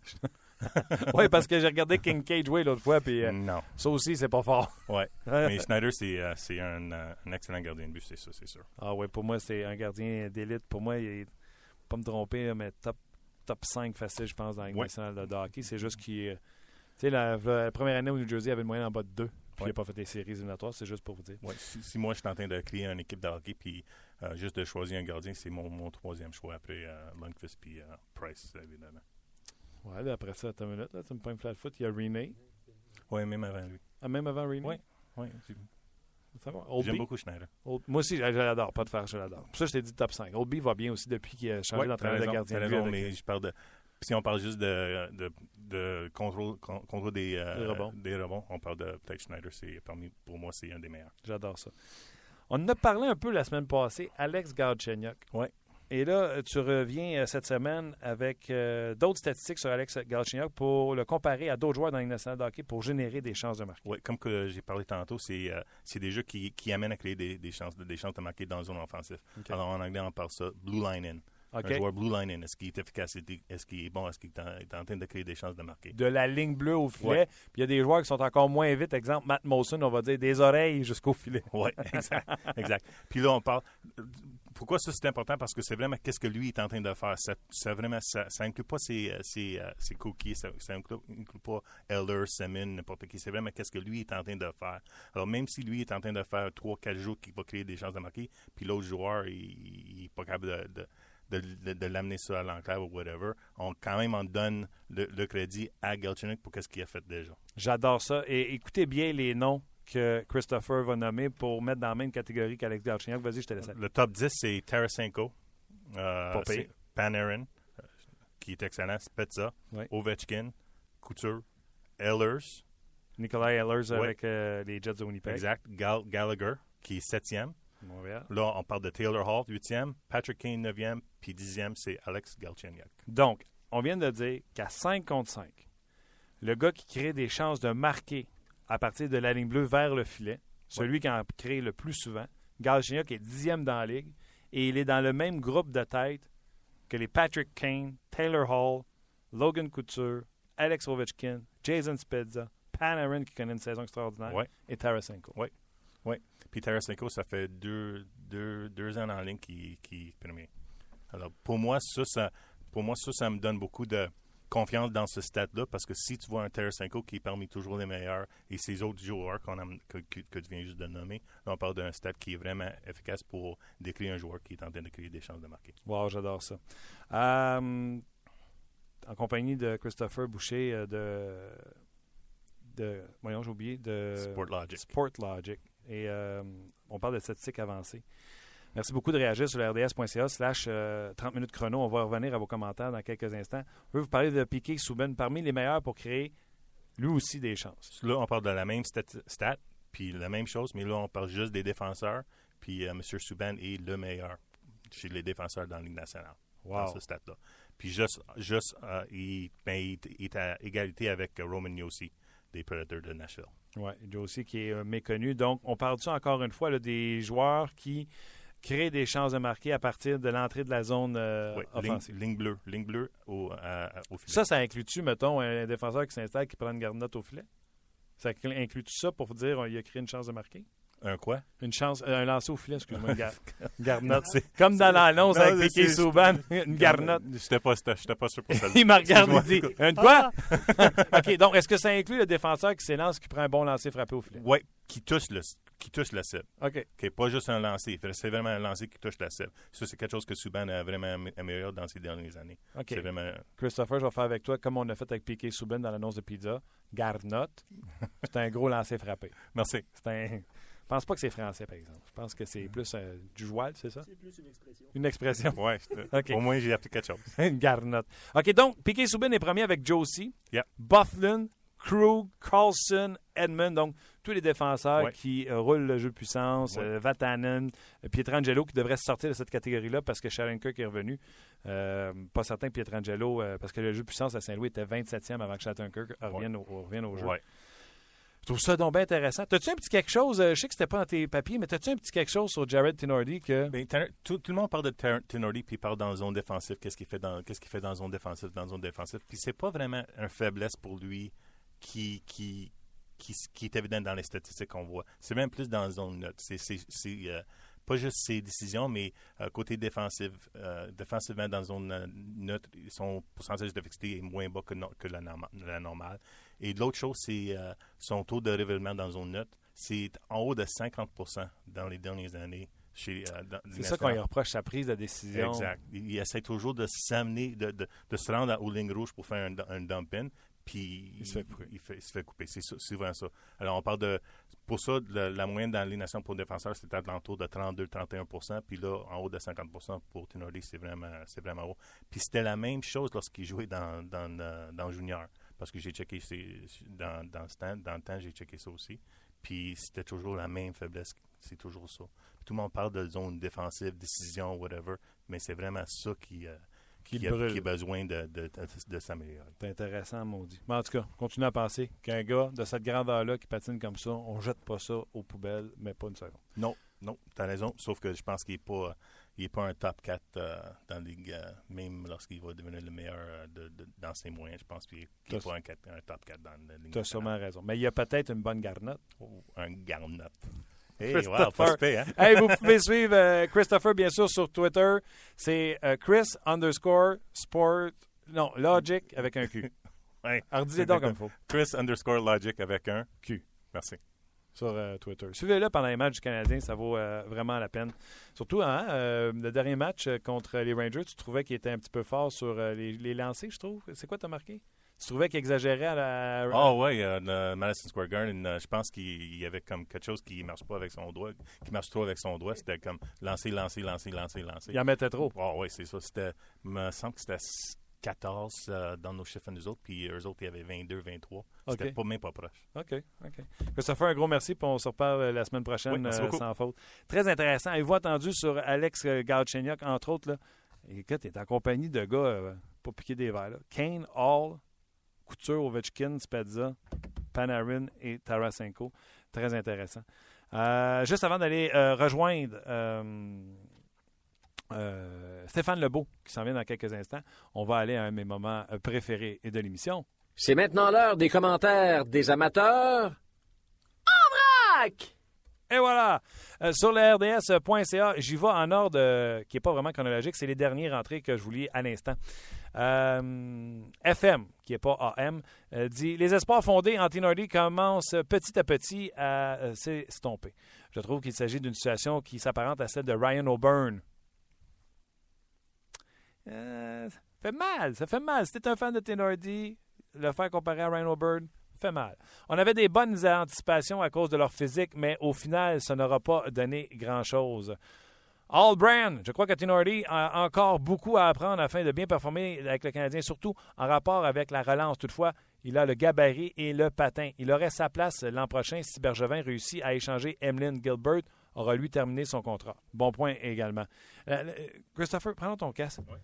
Oui, parce que j'ai regardé Kincaid jouer l'autre fois, puis euh, non. Ça aussi, c'est pas fort. Oui, mais Schneider, c'est, euh, c'est un, euh, un excellent gardien de but, c'est ça, c'est sûr. Ah oui, pour moi, c'est un gardien d'élite. Pour moi, il est, pas me tromper, mais top top cinq facile, je pense, dans la Ligue ouais. nationale de hockey. C'est juste qu'il... Tu sais, la, la première année au New Jersey, il avait une moyenne en bas de deux. Puis ouais. il n'a pas fait des séries éliminatoires. C'est juste pour vous dire. Ouais. Si, si moi, je suis en train de créer une équipe de hockey, puis euh, juste de choisir un gardien, c'est mon, mon troisième choix après euh, Lundqvist puis euh, Price, évidemment. Ouais, là, après ça, attends une minute. Là, tu me prends une flat foot. Il y a Renee. Oui, même avant lui. Ah, même avant Renee? Oui. Oui. J'aime beaucoup Schneider. Old... Moi aussi, je l'adore. Pas de faire, je l'adore. Pour ça, je t'ai dit top cinq. Oldby va bien aussi depuis qu'il a changé ouais, d'entraîneur de gardien. T'as raison, mais avec... je parle de... Si on parle juste de, de, de contrôle, contrôle des, euh, des, rebonds. des rebonds, on parle de peut-être Schneider. C'est, parmi, pour moi, c'est un des meilleurs. J'adore ça. On en a parlé un peu la semaine passée. Alex Galchenyuk. Oui. Et là, tu reviens cette semaine avec euh, d'autres statistiques sur Alex Galchenyuk pour le comparer à d'autres joueurs dans la Ligue nationale de hockey pour générer des chances de marquer. Oui, comme que j'ai parlé tantôt, c'est, euh, c'est des jeux qui, qui amènent à créer des, des, chances, des chances de marquer dans la zone offensive. Okay. Alors, en anglais, on parle ça « blue line in ». Okay. Un joueur blue line in, est-ce qu'il est efficace, est-ce qu'il est bon, est-ce qu'il est en train de créer des chances de marquer? De la ligne bleue au filet. Ouais. Puis il y a des joueurs qui sont encore moins vite. Exemple, Matt Molson, on va dire des oreilles jusqu'au filet. Oui, exact, exact. Puis là, on parle... Pourquoi ça, c'est important? Parce que c'est vraiment qu'est-ce que lui est en train de faire. Ça, ça vraiment, ça, ça inclut pas ses, ses, ses cookies, ça, ça inclut, inclut pas Eller, Semin, n'importe qui. C'est vraiment qu'est-ce que lui est en train de faire. Alors, même si lui est en train de faire trois quatre jours qui va créer des chances de marquer, puis l'autre joueur, il n'est pas capable de... de De, de, de l'amener ça à l'enclave ou whatever, on quand même en donne le, le crédit à Galchenyuk pour ce qu'il a fait déjà. J'adore ça. Et écoutez bien les noms que Christopher va nommer pour mettre dans la même catégorie qu'Alex Galchenyuk. Vas-y, je te laisse. Le top dix, c'est Tarasenko, euh, c'est Panarin, euh, qui est excellent, Spezza, oui. Ovechkin, Couture, Ehlers. Nikolai Ehlers oui. avec euh, les Jets de Winnipeg. Exact. Gal- Gallagher, qui est septième. Montréal. Là, on parle de Taylor Hall, huitième, Patrick Kane, neuvième, puis dixième, c'est Alex Galchenyuk. Donc, on vient de dire qu'à cinq contre cinq, le gars qui crée des chances de marquer à partir de la ligne bleue vers le filet, celui ouais. qui en crée le plus souvent, Galchenyuk est dixième dans la ligue, et il est dans le même groupe de tête que les Patrick Kane, Taylor Hall, Logan Couture, Alex Ovechkin, Jason Spezza, Panarin qui connaît une saison extraordinaire, ouais. et Tarasenko. Oui. Oui. Puis Tarasenko, ça fait deux, deux, deux ans en ligne qui, qui est premier. Alors, pour moi, ça, ça, pour moi, ça, ça me donne beaucoup de confiance dans ce stat-là, parce que si tu vois un Tarasenko qui est parmi toujours les meilleurs et ces autres joueurs qu'on a, que, que, que tu viens juste de nommer, là, on parle d'un stat qui est vraiment efficace pour décrire un joueur qui est en train de créer des chances de marquer. Wow, j'adore ça. Euh, en compagnie de Christopher Boucher euh, de, de... Voyons, j'ai oublié. De Sportlogic. Sportlogic. Et euh, on parle de statistiques avancées. Merci beaucoup de réagir sur le R D S point C A slash trente minutes chrono. On va revenir à vos commentaires dans quelques instants. Je veux vous parler de Piqué Souben, parmi les meilleurs pour créer lui aussi des chances. Là, on parle de la même stat, stat puis la même chose, mais là, on parle juste des défenseurs. Puis euh, M. Souben est le meilleur chez les défenseurs dans la Ligue nationale. Wow. Dans ce stat-là. Puis juste, juste euh, il, ben, il, il est à égalité avec Roman Josi des Predators de Nashville. Oui, Josi qui est euh, méconnu. Donc, on parle-tu encore une fois là, des joueurs qui créent des chances de marquer à partir de l'entrée de la zone euh, oui, offensive? Ligne, ligne bleue. Ligne bleue au, à, au filet. Ça, ça inclut-tu, mettons, un défenseur qui s'installe qui prend une garnotte au filet? Ça inclut-tu ça pour vous dire qu'il a créé une chance de marquer? Un quoi? Une chance, un lancer au filet, excuse-moi, une, gar, une garnotte. C'est, comme dans l'annonce non, avec Piqué Souban, une garnotte. Je n'étais pas, pas sûr pour ça. Il me regarde et dit, une quoi? OK, donc est-ce que ça inclut le défenseur qui s'élance, qui prend un bon lancer frappé au filet? Oui, qui touche le qui touche la cible. OK. Qui pas juste un lancer. C'est vraiment un lancer qui touche la cible. Ça, c'est quelque chose que Souban a vraiment amélioré dans ces dernières années. OK. C'est vraiment... Christopher, je vais faire avec toi, comme on a fait avec Piqué Souban dans l'annonce de pizza, garnotte. C'est un gros lancer frappé. Merci. C'est un... Je pense pas que c'est français, par exemple. Je pense que c'est plus euh, du joual, c'est ça? C'est plus une expression. Une expression. Oui. Okay. Au moins, j'ai appris quelque chose. Une garnotte. OK, donc, Piqué Souban est premier avec Josi, yep. Bufflin, Krug, Carlson, Edmund. Donc, tous les défenseurs ouais. qui euh, roulent le jeu de puissance. Ouais. Euh, Vatanen, Pietrangelo qui devrait sortir de cette catégorie-là parce que Sharon Kirk est revenu. Euh, pas certain que Pietrangelo, euh, parce que le jeu de puissance à Saint-Louis était vingt-septième avant que Shattenkirk revienne, ouais. au, revienne au jeu. Ouais. Je trouve ça donc bien intéressant. T'as-tu un petit quelque chose, je sais que c'était pas dans tes papiers, mais t'as-tu un petit quelque chose sur Jared Tinordi que... Ben, tout, tout le monde parle de Tinordi puis il parle dans la zone défensive, qu'est-ce qu'il fait dans qu'est-ce qu'il fait dans la zone défensive, dans la zone défensive. Puis c'est pas vraiment une faiblesse pour lui qui, qui, qui, qui est évident dans les statistiques qu'on voit. C'est même plus dans la zone neutre. C'est, c'est, c'est, euh, pas juste ses décisions, mais euh, côté défensif, euh, défensivement dans zone euh, neutre, son pourcentage d'efficacité est moins bas que, no- que la, norma- la normale. Et l'autre chose, c'est euh, son taux de révèlement dans zone neutre. C'est en haut de cinquante pour cent dans les dernières années. Chez, euh, dans, c'est ça qu'on lui reproche, sa prise de décision. Exact. Il, il essaie toujours de s'amener, de, de, de se rendre aux lignes rouges pour faire un, un dump-in. Puis il se fait couper. Il, il, fait, il se fait couper. C'est, c'est vraiment ça. Alors, on parle de... Pour ça, la, la moyenne dans les nations pour défenseurs, c'était à l'entour de trente-deux à trente et un pour cent. Puis là, en haut de cinquante pour cent pour Tinordi, c'est vraiment, c'est vraiment haut. Puis c'était la même chose lorsqu'il jouait dans, dans, dans, dans Junior. Parce que j'ai checké ces, dans, dans, ce temps, dans le temps, j'ai checké ça aussi. Puis c'était toujours la même faiblesse. C'est toujours ça. Puis tout le monde parle de zone défensive, décision, whatever. Mais c'est vraiment ça qui... Euh, Qui, a, qui a besoin de, de, de, de s'améliorer. C'est intéressant, maudit. Mais en tout cas, continue à penser qu'un gars de cette grandeur-là qui patine comme ça, on jette pas ça aux poubelles, mais pas une seconde. Non, non, tu as raison. Sauf que je pense qu'il n'est pas, il est pas un top quatre euh, dans la ligue, euh, même lorsqu'il va devenir le meilleur euh, de, de, dans ses moyens. Je pense qu'il n'est pas un, un top quatre dans la ligue. Tu as sûrement raison. Mais il y a peut-être une bonne garnotte. Oh, un garnotte. Hey, wow, pas super, hein? Hey, vous pouvez suivre euh, Christopher, bien sûr, sur Twitter. C'est euh, Chris underscore sport. Non, Logic avec un Q. Ouais. Alors, dis-les donc comme il faut. Chris underscore Logic avec un Q. Merci. Sur euh, Twitter. Suivez-le pendant les matchs du Canadien, ça vaut euh, vraiment la peine. Surtout, hein, euh, le dernier match contre les Rangers, tu trouvais qu'il était un petit peu fort sur euh, les, les lancers, je trouve. C'est quoi, t'as marqué? Tu trouvais qu'il exagérait à la... Ah oh, oui, euh, le Madison Square Garden, euh, je pense qu'il y avait comme quelque chose qui ne marche pas avec son doigt, qui marche trop avec son doigt. C'était comme lancer, lancer, lancer, lancer, lancer. Il en mettait trop. Ah oh, oui, c'est ça. C'était, il me semble que c'était quatorze euh, dans nos chiffres nous autres, puis eux autres, il y avait vingt-deux, vingt-trois. C'était okay. pas, même pas proche. OK, OK. Christopher, un gros merci, puis on se reparle la semaine prochaine oui, euh, sans faute. Très intéressant. Avez-vous entendu sur Alex Galchenyuk, entre autres, là? Écoute, il est en compagnie de gars euh, pas piquer des verres, là. Kane, Hall, Couture, Ovechkin, Spezza, Panarin et Tarasenko. Très intéressant. Euh, juste avant d'aller euh, rejoindre euh, euh, Stéphane Lebeau, qui s'en vient dans quelques instants, on va aller à un de mes moments préférés de l'émission. C'est maintenant l'heure des commentaires des amateurs. En vrac! Et voilà! Euh, sur le R D S point C A, j'y vais en ordre euh, qui n'est pas vraiment chronologique. C'est les derniers rentrées que je vous lis à l'instant. Euh, F M, qui n'est pas A M, euh, dit « Les espoirs fondés en Tinordi commencent petit à petit à euh, s'estomper. Je trouve qu'il s'agit d'une situation qui s'apparente à celle de Ryan O'Byrne. Euh, ça fait mal, ça fait mal. Si t'es un fan de Tinordi, le faire comparer à Ryan O'Byrne, fait mal. On avait des bonnes anticipations à cause de leur physique, mais au final, ça n'aura pas donné grand-chose. All Brand, je crois que Tinordi a encore beaucoup à apprendre afin de bien performer avec le Canadien, surtout en rapport avec la relance. Toutefois, il a le gabarit et le patin. Il aurait sa place l'an prochain si Bergevin réussit à échanger Emlyn Gilbert, aura lui terminé son contrat. Bon point également. Euh, Christopher, prends ton casque. Oui.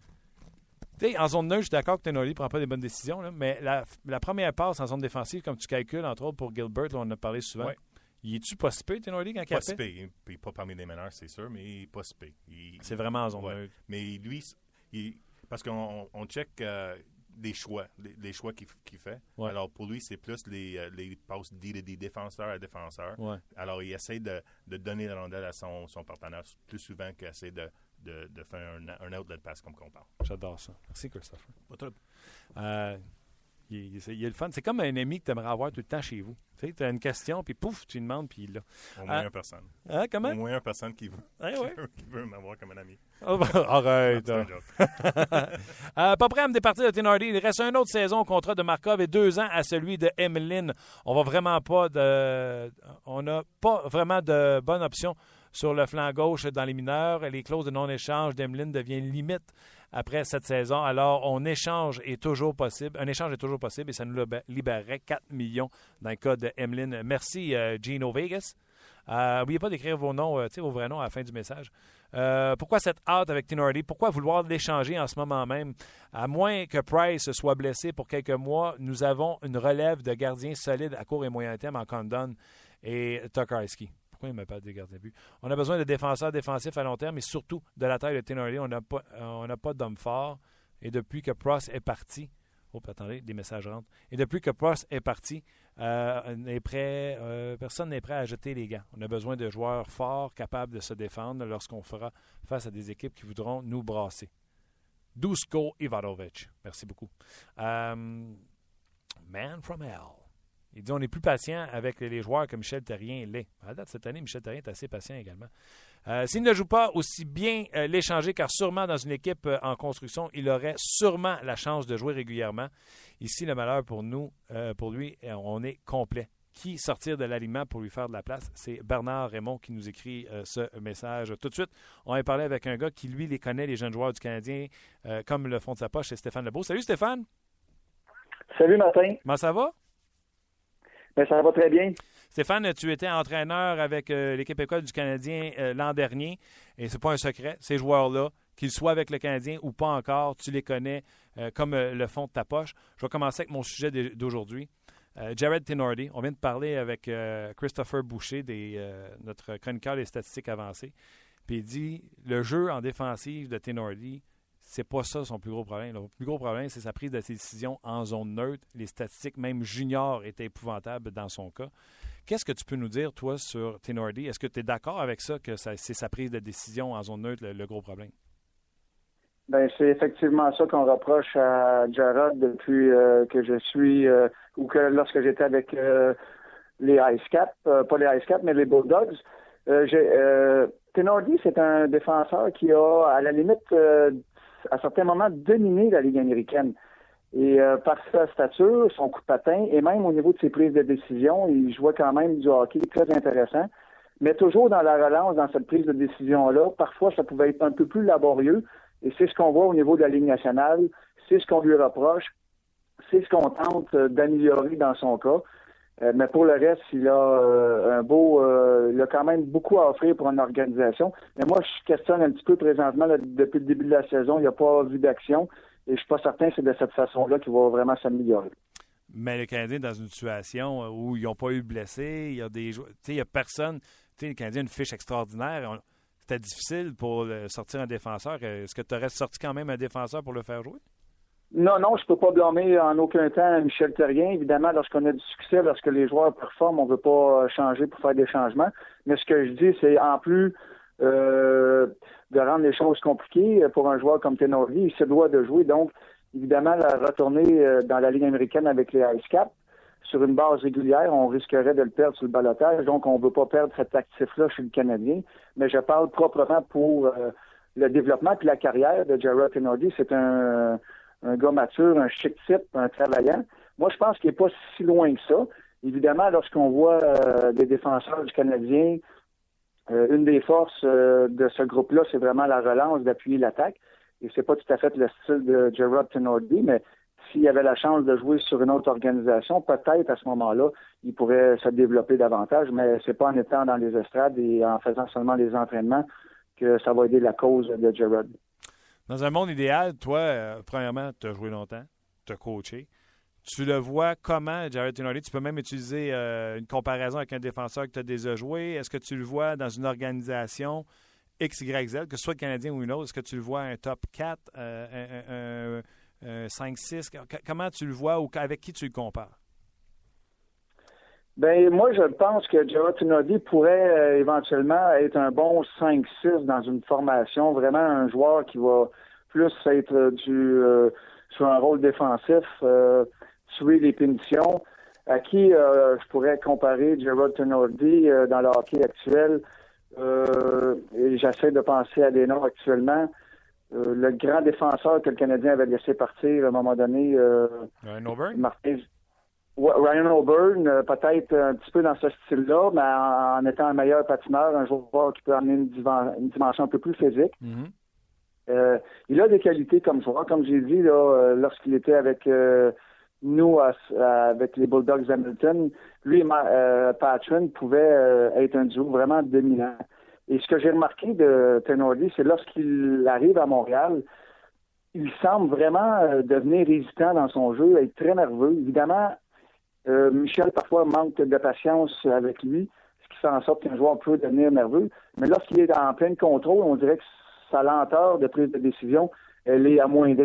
Tu sais, en zone neutre, je suis d'accord que Tinordi ne prend pas des bonnes décisions, là, mais la, la première passe en zone défensive, comme tu calcules, entre autres, pour Gilbert, là, on en a parlé souvent. Oui. Il est-tu pas si pire, Tinordi, quand il a Pas fait? si pire. Il n'est pas parmi les meneurs, c'est sûr, mais il n'est pas si pire. Il- C'est vraiment en zone ouais. neutre. Mais lui, il- parce qu'on on check euh, des choix, les, les choix qu'il qu'il fait. Ouais. Alors, pour lui, c'est plus les, euh, les passes D D défenseur à défenseur. Ouais. Alors, il essaie de, de donner la rondelle à son, son partenaire plus souvent qu'il essaie de, de, de faire un, un outlet pass comme qu'on parle. J'adore ça. Merci, Christopher. Pas trop. Euh, il, il, il est le fun. C'est comme un ami que tu aimerais avoir tout le temps chez vous. Tu sais, tu as une question, puis pouf, tu lui demandes, puis il l'a. Au moins Ah. une personne. Hein, comment? Au moins une personne qui veut, Ah, qui ouais. veut, qui veut m'avoir comme un ami. Oh, bah, arrête. C'est un hein. joke. Euh, pas prêt à me départir de Tinordi. Il reste une autre saison au contrat de Markov et deux ans à celui de Emlyn. On va vraiment pas de, on n'a pas vraiment de bonne option sur le flanc gauche dans les mineurs. Les clauses de non-échange d'Emlyn deviennent limite après cette saison. Alors, on échange est toujours possible. Un échange est toujours possible et ça nous libérerait quatre millions dans le cas de Emlyn. Merci, euh, Gino Vegas. N'oubliez euh, pas d'écrire vos noms, euh, vos vrais noms à la fin du message. Euh, pourquoi cette hâte avec Tinordi? Pourquoi vouloir l'échanger en ce moment même? À moins que Price soit blessé pour quelques mois, nous avons une relève de gardiens solides à court et moyen terme en Condon et Tokarski. Pourquoi il ne m'appelle des gardiens de but? On a besoin de défenseurs défensifs à long terme et surtout de la taille de Tinordi. On n'a pas, on n'a pas d'homme fort. Et depuis que Pross est parti, Oh, attendez, des messages rentrent. Et depuis que Prost est parti, euh, est prêt, euh, personne n'est prêt à jeter les gants. On a besoin de joueurs forts, capables de se défendre lorsqu'on fera face à des équipes qui voudront nous brasser. Duško Ivanović. Merci beaucoup. Um, Man from Hell. Il dit on est plus patient avec les joueurs que Michel Therrien l'est. À la date, cette année, Michel Therrien est assez patient également. Euh, s'il ne joue pas aussi bien euh, l'échanger, car sûrement dans une équipe euh, en construction, il aurait sûrement la chance de jouer régulièrement. Ici, le malheur pour nous, euh, pour lui, on est complet. Qui sortir de l'alignement pour lui faire de la place? C'est Bernard Raymond qui nous écrit euh, ce message. Tout de suite, on va parler avec un gars qui, lui, les connaît, les jeunes joueurs du Canadien, euh, comme le fond de sa poche, c'est Stéphane Lebeau. Salut Stéphane! Salut Martin! Comment ça va? Ben, ça va très bien. Stéphane, tu étais entraîneur avec euh, l'équipe école du Canadien euh, l'an dernier, et c'est pas un secret, ces joueurs-là, qu'ils soient avec le Canadien ou pas encore, tu les connais euh, comme euh, le fond de ta poche. Je vais commencer avec mon sujet d'aujourd'hui. Euh, Jarred Tinordi, on vient de parler avec euh, Christopher Boucher, des, euh, notre chroniqueur des statistiques avancées, puis il dit, le jeu en défensive de Tinordi, c'est pas ça son plus gros problème. Le plus gros problème, c'est sa prise de décision en zone neutre. Les statistiques, même junior, étaient épouvantables dans son cas. Qu'est-ce que tu peux nous dire, toi, sur Tinordi? Est-ce que tu es d'accord avec ça, que ça, c'est sa prise de décision en zone neutre le, le gros problème? Ben, c'est effectivement ça qu'on reproche à Jarred depuis euh, que je suis, euh, ou que lorsque j'étais avec euh, les Ice Caps, euh, pas les Ice Caps, mais les Bulldogs. Euh, j'ai, euh, Tinordi, c'est un défenseur qui a, à la limite, euh, à certains moments, dominé la Ligue américaine. Et euh, par sa stature, son coup de patin, et même au niveau de ses prises de décision, il jouait quand même du hockey très intéressant. Mais toujours dans la relance, dans cette prise de décision-là, parfois, ça pouvait être un peu plus laborieux. Et c'est ce qu'on voit au niveau de la Ligue nationale. C'est ce qu'on lui reproche. C'est ce qu'on tente d'améliorer dans son cas. Euh, mais pour le reste, il a euh, un beau... Euh, il a quand même beaucoup à offrir pour une organisation. Mais moi, je questionne un petit peu présentement, là, depuis le début de la saison, il n'y a pas vu d'action. Et je ne suis pas certain que c'est de cette façon-là qu'il va vraiment s'améliorer. Mais le Canadien est dans une situation où ils n'ont pas eu de blessés. Il y a des joueurs... Tu sais, il n'y a personne... Tu sais, le Canadien a une fiche extraordinaire. On... C'était difficile pour sortir un défenseur. Est-ce que tu aurais sorti quand même un défenseur pour le faire jouer? Non, non, je ne peux pas blâmer en aucun temps Michel Therrien. Évidemment, lorsqu'on a du succès, lorsque les joueurs performent, on ne veut pas changer pour faire des changements. Mais ce que je dis, c'est en plus euh, de rendre les choses compliquées pour un joueur comme Tinordi, il se doit de jouer. Donc, évidemment, la retourner dans la Ligue américaine avec les Ice Caps, sur une base régulière, on risquerait de le perdre sur le ballottage. Donc, on ne veut pas perdre cet actif-là chez le Canadien. Mais je parle proprement pour euh, le développement et la carrière de Jarred Tinordi. C'est un, un gars mature, un chic type, un travaillant. Moi, je pense qu'il n'est pas si loin que ça. Évidemment, lorsqu'on voit euh, des défenseurs du Canadien, euh, une des forces euh, de ce groupe-là, c'est vraiment la relance d'appuyer l'attaque. Et c'est pas tout à fait le style de Jarred Tinordi, mais s'il avait la chance de jouer sur une autre organisation, peut-être à ce moment-là, il pourrait se développer davantage, mais c'est pas en étant dans les estrades et en faisant seulement les entraînements que ça va aider la cause de Jarred. Dans un monde idéal, toi, euh, premièrement, tu as joué longtemps, tu as coaché. Tu le vois comment, Jarred Tinordi? Tu peux même utiliser euh, une comparaison avec un défenseur que tu as déjà joué. Est-ce que tu le vois dans une organisation X Y Z, que ce soit le Canadien ou une autre? Est-ce que tu le vois un top quatre, euh, un, un, un Euh, cinq six, comment tu le vois ou avec qui tu le compares? Ben moi, je pense que Jarred Tinordi pourrait euh, éventuellement être un bon cinq six dans une formation, vraiment un joueur qui va plus être du euh, sur un rôle défensif, euh, tuer les punitions, à qui euh, je pourrais comparer Jarred Tinordi euh, dans le hockey actuel. Euh, et j'essaie de penser à des noms actuellement. Euh, le grand défenseur que le Canadien avait laissé partir à un moment donné. Euh, Ryan O'Byrne? Martin, Ryan O'Byrne, euh, peut-être un petit peu dans ce style-là, mais en, en étant un meilleur patineur, un joueur qui peut amener une, divan- une dimension un peu plus physique. Mm-hmm. Euh, il a des qualités comme joueur, comme j'ai dit, là, euh, lorsqu'il était avec euh, nous, à, à, avec les Bulldogs Hamilton, lui et euh, Patron pouvaient euh, être un duo vraiment dominant. Et ce que j'ai remarqué de Tinordi, c'est lorsqu'il arrive à Montréal, il semble vraiment euh, devenir hésitant dans son jeu, être très nerveux. Évidemment, euh, Michel parfois manque de patience avec lui, ce qui fait en sorte qu'un joueur peut devenir nerveux. Mais lorsqu'il est en plein contrôle, on dirait que sa lenteur de prise de décision, elle est amoindrie.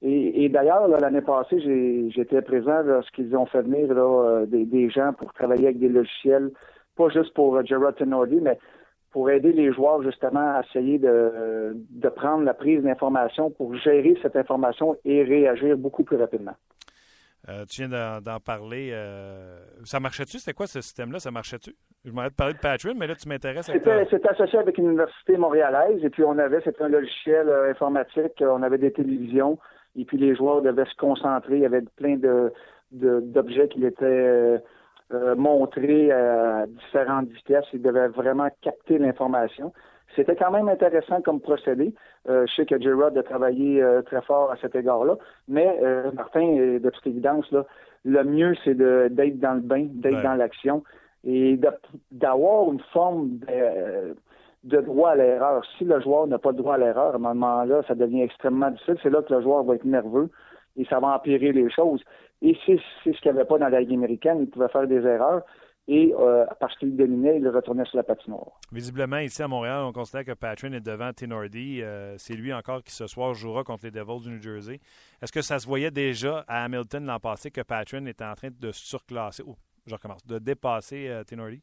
Et, et d'ailleurs, là, l'année passée, j'ai, j'étais présent lorsqu'ils ont fait venir là, des, des gens pour travailler avec des logiciels, pas juste pour uh, Gerard Tenordi, mais pour aider les joueurs justement à essayer de, de prendre la prise d'information pour gérer cette information et réagir beaucoup plus rapidement. Euh, tu viens d'en, d'en parler. Euh, ça marchait-tu? C'était quoi ce système-là? Ça marchait-tu? Je m'en ai parlé de Patreon, mais là, tu m'intéresses. Avec c'était, ta... c'était associé avec une université montréalaise et puis on avait, c'était un logiciel euh, informatique, on avait des télévisions et puis les joueurs devaient se concentrer. Il y avait plein de, de, d'objets qui étaient euh, euh, montrés à différentes vitesses. Ils devaient vraiment capter l'information. C'était quand même intéressant comme procédé. Euh, je sais que Gerard a travaillé euh, très fort à cet égard-là, mais euh, Martin, de toute évidence, là, le mieux, c'est de, d'être dans le bain, d'être ouais. dans l'action et de, d'avoir une forme de, de droit à l'erreur. Si le joueur n'a pas de droit à l'erreur, à un moment-là, ça devient extrêmement difficile. C'est là que le joueur va être nerveux et ça va empirer les choses. Et c'est, c'est ce qu'il n'y avait pas dans la Ligue américaine. Il pouvait faire des erreurs. Et euh, parce qu'il dominait, il retournait sur la patinoire. Visiblement, ici à Montréal, on considère que Patrin est devant Tenordi. Euh, c'est lui encore qui, ce soir, jouera contre les Devils du New Jersey. Est-ce que ça se voyait déjà à Hamilton l'an passé que Patrin était en train de surclasser, ou je recommence, de dépasser euh, Tenordi?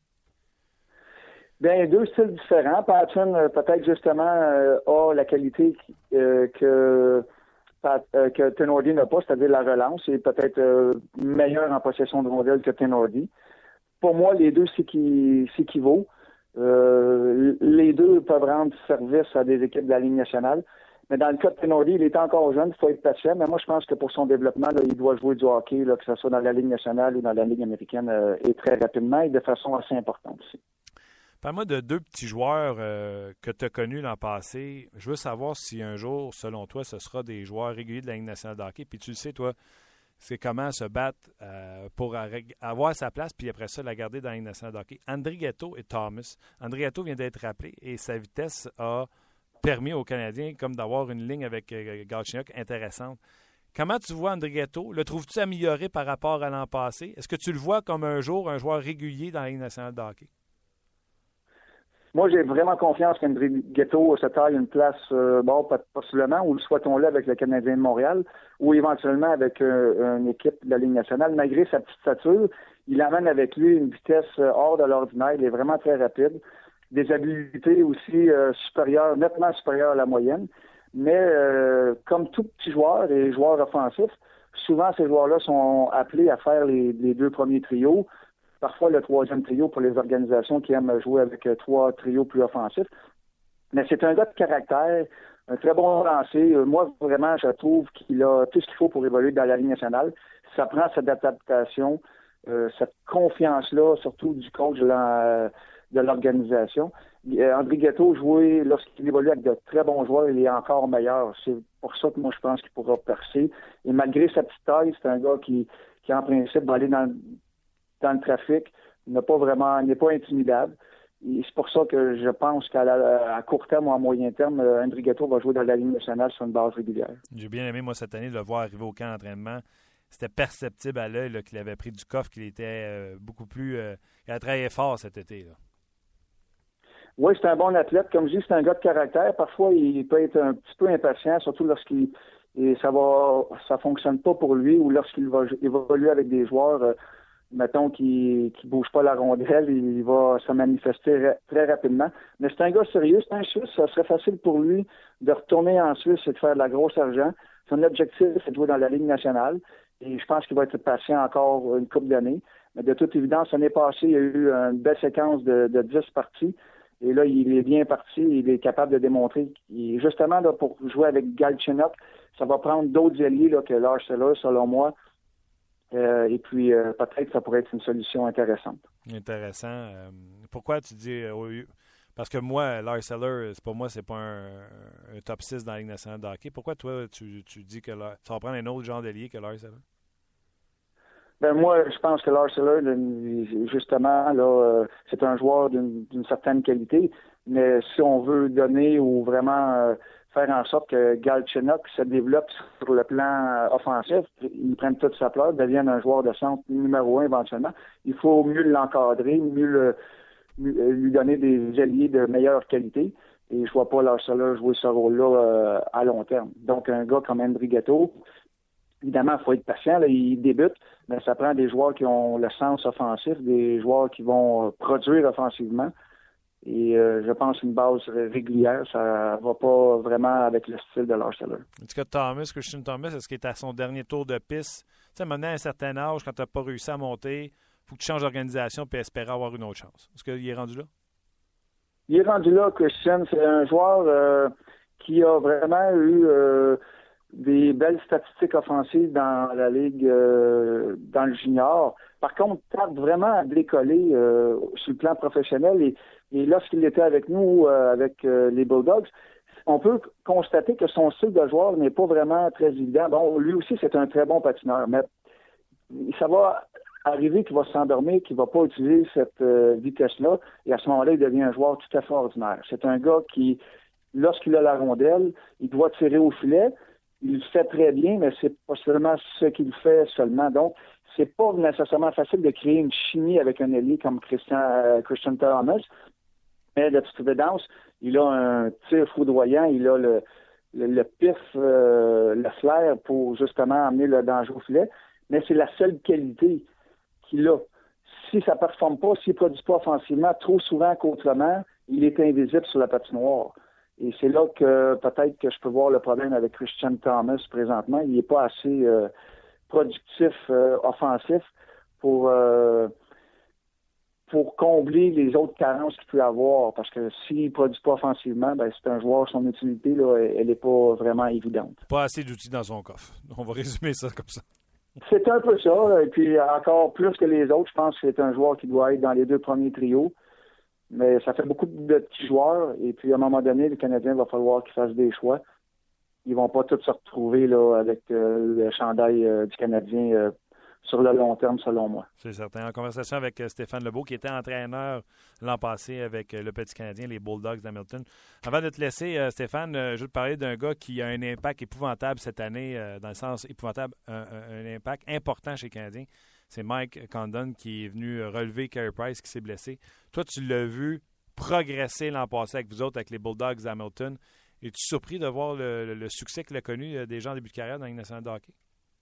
Bien, deux styles différents. Patrin, euh, peut-être justement, euh, a la qualité euh, que... Euh, que Tenordi n'a pas, c'est-à-dire la relance, et peut-être euh, meilleur en possession de rondelle que Tenordi. Pour moi, les deux s'équivaut. Euh, les deux peuvent rendre service à des équipes de la Ligue nationale. Mais dans le cas de Tenordi, il est encore jeune, il faut être patient. Mais moi, je pense que pour son développement, là, il doit jouer du hockey, là, que ce soit dans la Ligue nationale ou dans la Ligue américaine, euh, et très rapidement et de façon assez importante aussi. Parle-moi de deux petits joueurs euh, que tu as connus l'an passé. Je veux savoir si un jour, selon toi, ce sera des joueurs réguliers de la Ligue nationale de hockey. Puis tu le sais, toi, c'est comment se battre euh, pour avoir sa place, puis après ça, la garder dans la Ligue nationale de hockey. Andrighetto et Thomas. Andrighetto vient d'être rappelé et sa vitesse a permis aux Canadiens comme d'avoir une ligne avec euh, Galchenyuk intéressante. Comment tu vois Andrighetto? Le trouves-tu amélioré par rapport à l'an passé? Est-ce que tu le vois comme un jour un joueur régulier dans la Ligue nationale de hockey? Moi, j'ai vraiment confiance qu'Andrighetto se taille une place, euh, bon, possiblement, ou souhaitons-le avec le Canadien de Montréal, ou éventuellement avec euh, une équipe de la Ligue nationale. Malgré sa petite stature, il amène avec lui une vitesse euh, hors de l'ordinaire. Il est vraiment très rapide. Des habiletés aussi euh, supérieures, nettement supérieures à la moyenne. Mais euh, comme tout petit joueur et joueur offensif, souvent ces joueurs-là sont appelés à faire les, les deux premiers trios. Parfois le troisième trio pour les organisations qui aiment jouer avec euh, trois trios plus offensifs. Mais c'est un gars de caractère, un très bon lancé. Euh, moi, vraiment, je trouve qu'il a tout ce qu'il faut pour évoluer dans la Ligue nationale. Ça prend cette adaptation, euh, cette confiance-là, surtout du coach de, la, de l'organisation. Euh, Andrighetto, jouer, lorsqu'il évolue avec de très bons joueurs, il est encore meilleur. C'est pour ça que moi, je pense qu'il pourra percer. Et malgré sa petite taille, c'est un gars qui, qui en principe, va aller dans dans le trafic, n'est pas vraiment, n'est pas intimidable. Et c'est pour ça que je pense qu'à la, à court terme ou à moyen terme, Andrighetto va jouer dans la Ligue nationale sur une base régulière. J'ai bien aimé, moi, cette année, de le voir arriver au camp d'entraînement. C'était perceptible à l'œil là, qu'il avait pris du coffre, qu'il était euh, beaucoup plus... Euh, il a travaillé fort cet été. Là. Oui, c'est un bon athlète. Comme je dis, c'est un gars de caractère. Parfois, il peut être un petit peu impatient, surtout lorsqu'il et ça va, ça fonctionne pas pour lui ou lorsqu'il va évoluer avec des joueurs... Euh, mettons, qui qui bouge pas la rondelle, il va se manifester ra- très rapidement. Mais c'est un gars sérieux, c'est un Suisse, ça serait facile pour lui de retourner en Suisse et de faire de la grosse argent. Son objectif, c'est de jouer dans la Ligue nationale. Et je pense qu'il va être patient encore une couple d'années. Mais de toute évidence, l'année passée, il y a eu une belle séquence de, de dix parties. Et là, il est bien parti, il est capable de démontrer. Et justement, là, pour jouer avec Galchenyuk, ça va prendre d'autres alliés là, que Lars Eller, selon moi. Euh, et puis, euh, peut-être que ça pourrait être une solution intéressante. Intéressant. Euh, pourquoi tu dis... Euh, parce que moi, Lars Eller, pour moi, c'est pas un, un top six dans la Ligue nationale de hockey. Pourquoi, toi, tu, tu dis que là, ça va prendre un autre genre d'allié que Lars Eller? Ben moi, je pense que Lars Eller, justement, là, euh, c'est un joueur d'une, d'une certaine qualité. Mais si on veut donner ou vraiment... Euh, faire en sorte que Galchenyuk se développe sur le plan offensif, il prenne toute sa place, devienne un joueur de centre numéro un éventuellement. Il faut mieux l'encadrer, mieux, le, mieux lui donner des alliés de meilleure qualité. Et je vois pas Lars Eller jouer ce rôle-là euh, à long terme. Donc, un gars comme André Ghetto, évidemment, il faut être patient. Là, il débute, mais ça prend des joueurs qui ont le sens offensif, des joueurs qui vont euh, produire offensivement. Et euh, je pense une base régulière, ça va pas vraiment avec le style de Lars Eller. En tout cas, Thomas, Christian Thomas, est-ce qu'il est à son dernier tour de piste? Tu sais, maintenant, à un certain âge, quand tu n'as pas réussi à monter, il faut que tu changes d'organisation et espérer avoir une autre chance. Est-ce qu'il est rendu là? Il est rendu là, Christian. C'est un joueur euh, qui a vraiment eu euh, des belles statistiques offensives dans la Ligue, euh, dans le junior. Par contre, tarde vraiment à décoller euh, sur le plan professionnel. Et, et lorsqu'il était avec nous, euh, avec euh, les Bulldogs, on peut constater que son style de joueur n'est pas vraiment très évident. Bon, lui aussi, c'est un très bon patineur, mais ça va arriver qu'il va s'endormir, qu'il ne va pas utiliser cette euh, vitesse-là, et à ce moment-là, il devient un joueur tout à fait ordinaire. C'est un gars qui, lorsqu'il a la rondelle, il doit tirer au filet. Il le fait très bien, mais c'est pas seulement ce qu'il fait seulement. Donc, c'est pas nécessairement facile de créer une chimie avec un ailier comme Christian, euh, Christian Thomas, mais de toute évidence, il a un tir foudroyant, il a le, le, le pif, euh, le flair pour justement amener le danger au filet, mais c'est la seule qualité qu'il a. Si ça ne performe pas, s'il ne produit pas offensivement, trop souvent qu'autrement, il est invisible sur la patinoire. Et c'est là que peut-être que je peux voir le problème avec Christian Thomas présentement. Il n'est pas assez euh, productif, euh, offensif pour, euh, pour combler les autres carences qu'il peut avoir. Parce que s'il ne produit pas offensivement, ben, c'est un joueur, son utilité, là, elle n'est pas vraiment évidente. Pas assez d'outils dans son coffre. On va résumer ça comme ça. C'est un peu ça. Et puis encore plus que les autres, je pense que c'est un joueur qui doit être dans les deux premiers trios. Mais ça fait beaucoup de petits joueurs. Et puis, à un moment donné, le Canadien va falloir qu'ils fassent des choix. Ils vont pas tous se retrouver là avec euh, le chandail euh, du Canadien euh, sur le long terme, selon moi. C'est certain. En conversation avec euh, Stéphane Lebeau, qui était entraîneur l'an passé avec euh, le Petit Canadien, les Bulldogs d'Hamilton. Avant de te laisser, euh, Stéphane, euh, je veux te parler d'un gars qui a un impact épouvantable cette année, euh, dans le sens épouvantable, un, un, un impact important chez les Canadiens. C'est Mike Condon qui est venu relever Carey Price qui s'est blessé. Toi, tu l'as vu progresser l'an passé avec vous autres, avec les Bulldogs d'Hamilton. Es-tu surpris de voir le, le, le succès qu'il a connu des gens en début de carrière dans la Ligue nationale de hockey?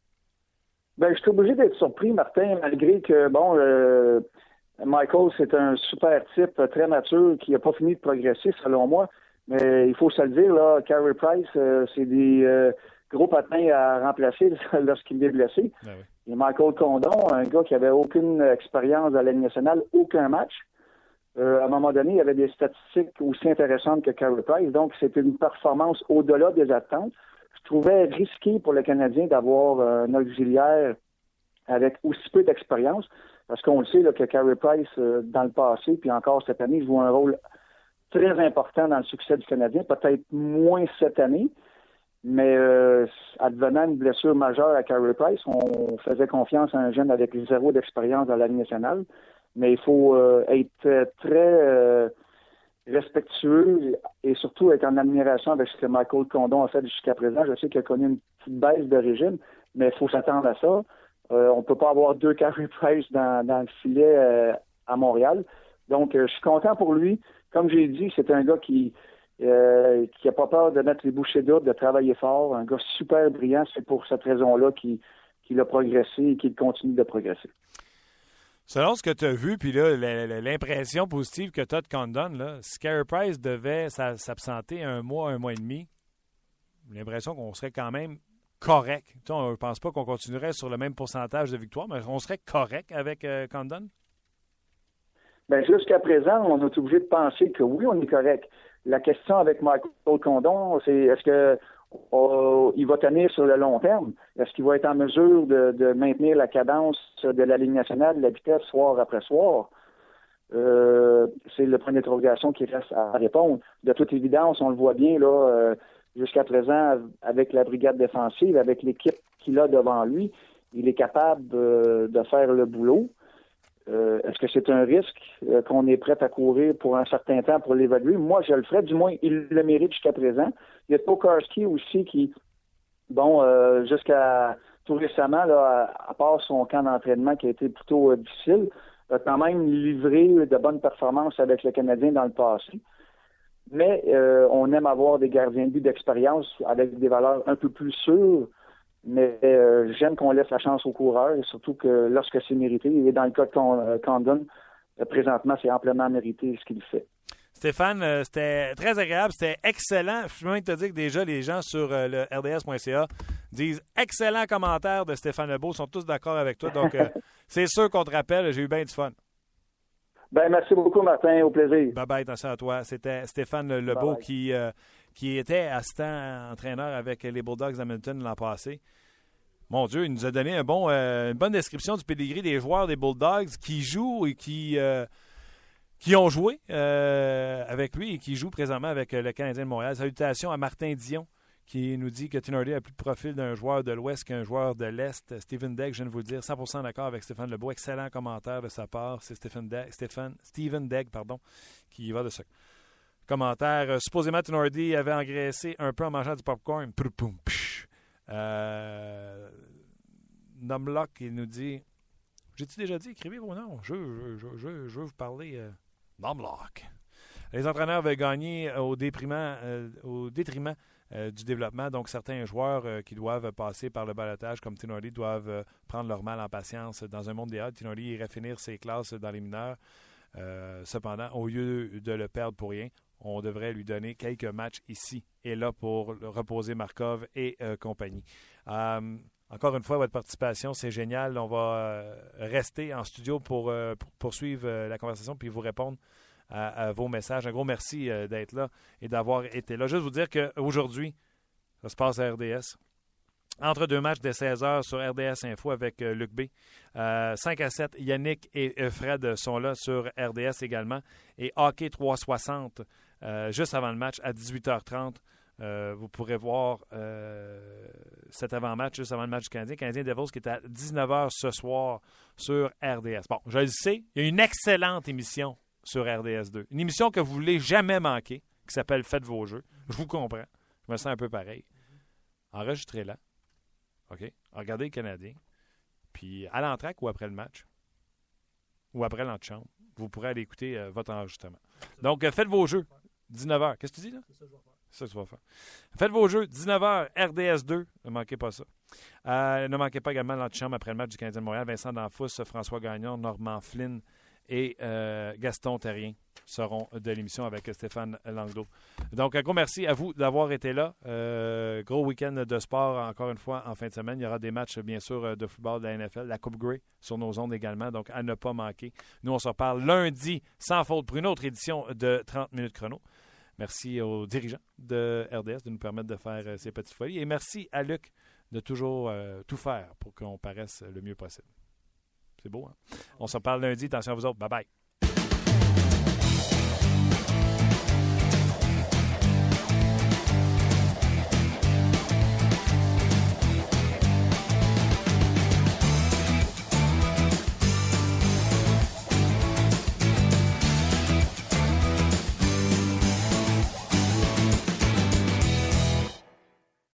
Bien, je suis obligé d'être surpris, Martin, malgré que, bon, euh, Michael, c'est un super type, très mature, qui n'a pas fini de progresser, selon moi. Mais il faut se le dire, là, Carey Price, euh, c'est des euh, gros patins à remplacer lorsqu'il est blessé. Ben oui. Et Michael Condon, un gars qui avait aucune expérience dans la Ligue nationale, aucun match. Euh, à un moment donné, il avait des statistiques aussi intéressantes que Carey Price. Donc, c'était une performance au-delà des attentes. Je trouvais risqué pour le Canadien d'avoir euh, un auxiliaire avec aussi peu d'expérience, parce qu'on le sait là, que Carey Price, euh, dans le passé, puis encore cette année, joue un rôle très important dans le succès du Canadien, peut-être moins cette année. Mais euh, advenant une blessure majeure à Carey Price, on faisait confiance à un jeune avec zéro d'expérience dans la Ligue nationale. Mais il faut euh, être très euh, respectueux et surtout être en admiration avec ce que Michael Condon a fait jusqu'à présent. Je sais qu'il a connu une petite baisse de régime, mais il faut s'attendre à ça. Euh, on ne peut pas avoir deux Carey Price dans, dans le filet euh, à Montréal. Donc, euh, je suis content pour lui. Comme j'ai dit, c'est un gars qui Euh, qui n'a pas peur de mettre les bouchées doubles, de travailler fort. Un gars super brillant, c'est pour cette raison-là qu'il, qu'il a progressé et qu'il continue de progresser. Selon ce que tu as vu, puis là, l'impression positive que tu as de Condon, là, si Carey Price devait s'absenter un mois, un mois et demi, j'ai l'impression qu'on serait quand même correct. Tu sais, on ne pense pas qu'on continuerait sur le même pourcentage de victoires, mais on serait correct avec euh, Condon? Bien, jusqu'à présent, on est obligé de penser que oui, on est correct. La question avec Michael Condon, c'est est-ce que oh, il va tenir sur le long terme? Est-ce qu'il va être en mesure de, de maintenir la cadence de la Ligue nationale, de la vitesse soir après soir? Euh, c'est le point d'interrogation qui reste à répondre. De toute évidence, on le voit bien là euh, jusqu'à présent avec la brigade défensive, avec l'équipe qu'il a devant lui, il est capable euh, de faire le boulot. Euh, est-ce que c'est un risque euh, qu'on est prêt à courir pour un certain temps pour l'évaluer? Moi, je le ferais. Du moins, il le mérite jusqu'à présent. Il y a Tokarski aussi qui, bon, euh, jusqu'à tout récemment, là, à, à part son camp d'entraînement qui a été plutôt euh, difficile, a quand même livré de bonnes performances avec le Canadien dans le passé. Mais euh, on aime avoir des gardiens de but d'expérience avec des valeurs un peu plus sûres. Mais euh, j'aime qu'on laisse la chance aux coureurs, et surtout que lorsque c'est mérité. Et dans le cas de Condon, euh, présentement, c'est amplement mérité ce qu'il fait. Stéphane, euh, c'était très agréable, c'était excellent. Je peux même te dire que déjà, les gens sur euh, le R D S point C A disent excellent commentaire de Stéphane Lebeau, sont tous d'accord avec toi. Donc, euh, c'est sûr qu'on te rappelle, j'ai eu bien du fun. Ben, merci beaucoup, Martin. Au plaisir. Bye-bye, attention à toi. C'était Stéphane Lebeau qui, euh, qui était assistant entraîneur avec les Bulldogs d'Hamilton l'an passé. Mon Dieu, il nous a donné un bon, euh, une bonne description du pédigree des joueurs des Bulldogs qui jouent et qui, euh, qui ont joué euh, avec lui et qui jouent présentement avec le Canadien de Montréal. Salutations à Martin Dion qui nous dit que Tinordi a plus de profil d'un joueur de l'Ouest qu'un joueur de l'Est. Stephen Degg, je viens de vous le dire, cent pour cent d'accord avec Stéphane Lebeau. Excellent commentaire de sa part. C'est Stephen Degg, Stephen, Stephen Degg pardon, qui y va de ce commentaire. Euh, supposément, Tinordi avait engraissé un peu en mangeant du popcorn. Euh, Nomlock, il nous dit j'ai-tu déjà dit, écrivez vos noms. Je, je, je, je, je veux vous parler. Euh, Nomlock. Les entraîneurs veulent gagner au, déprimant, euh, au détriment euh, du développement. Donc, certains joueurs euh, qui doivent passer par le balotage, comme Tinordi, doivent euh, prendre leur mal en patience. Dans un monde idéal, Tinordi irait finir ses classes dans les mineurs. Euh, cependant, au lieu de le perdre pour rien, on devrait lui donner quelques matchs ici et là pour reposer Markov et euh, compagnie. Euh, encore une fois, votre participation, c'est génial. On va euh, rester en studio pour, euh, pour poursuivre euh, la conversation puis vous répondre à, à vos messages. Un gros merci euh, d'être là et d'avoir été là. Juste vous dire qu'aujourd'hui, ça se passe à R D S. Entre deux matchs de seize heures sur R D S Info avec euh, Luc B. Euh, cinq à sept, Yannick et euh, Fred sont là sur R D S également. Et Hockey trois cent soixante, euh, juste avant le match, à dix-huit heures trente. Euh, vous pourrez voir euh, cet avant-match, juste avant le match du Canadien. Canadien Devils qui est à dix-neuf heures ce soir sur R D S. Bon, je le sais, il y a une excellente émission sur R D S deux. Une émission que vous ne voulez jamais manquer, qui s'appelle Faites vos jeux. Je vous comprends. Je me sens un peu pareil. Enregistrez-la. OK? Regardez le Canadien. Puis à l'entraque ou après le match, ou après l'antichambre, vous pourrez aller écouter euh, votre enregistrement. Donc, euh, faites vos jeux. dix-neuf heures. Qu'est-ce que tu dis là? C'est ça que je vais faire. C'est ça que tu vas faire. Faites vos jeux. dix-neuf heures, R D S deux. Ne manquez pas ça. Euh, ne manquez pas également l'antichambre après le match du Canadien de Montréal. Vincent Danfous, François Gagnon, Normand Flynn et euh, Gaston Terrien seront de l'émission avec Stéphane Langdo. Donc, un gros merci à vous d'avoir été là. Euh, gros week-end de sport, encore une fois, en fin de semaine. Il y aura des matchs, bien sûr, de football de la N F L, la Coupe Grey sur nos ondes également, donc à ne pas manquer. Nous, on se reparle lundi, sans faute, pour une autre édition de trente minutes chrono. Merci aux dirigeants de R D S de nous permettre de faire euh, ces petites folies. Et merci à Luc de toujours euh, tout faire pour qu'on paraisse le mieux possible. C'est beau, hein? On se reparle lundi. Attention à vous autres. Bye-bye.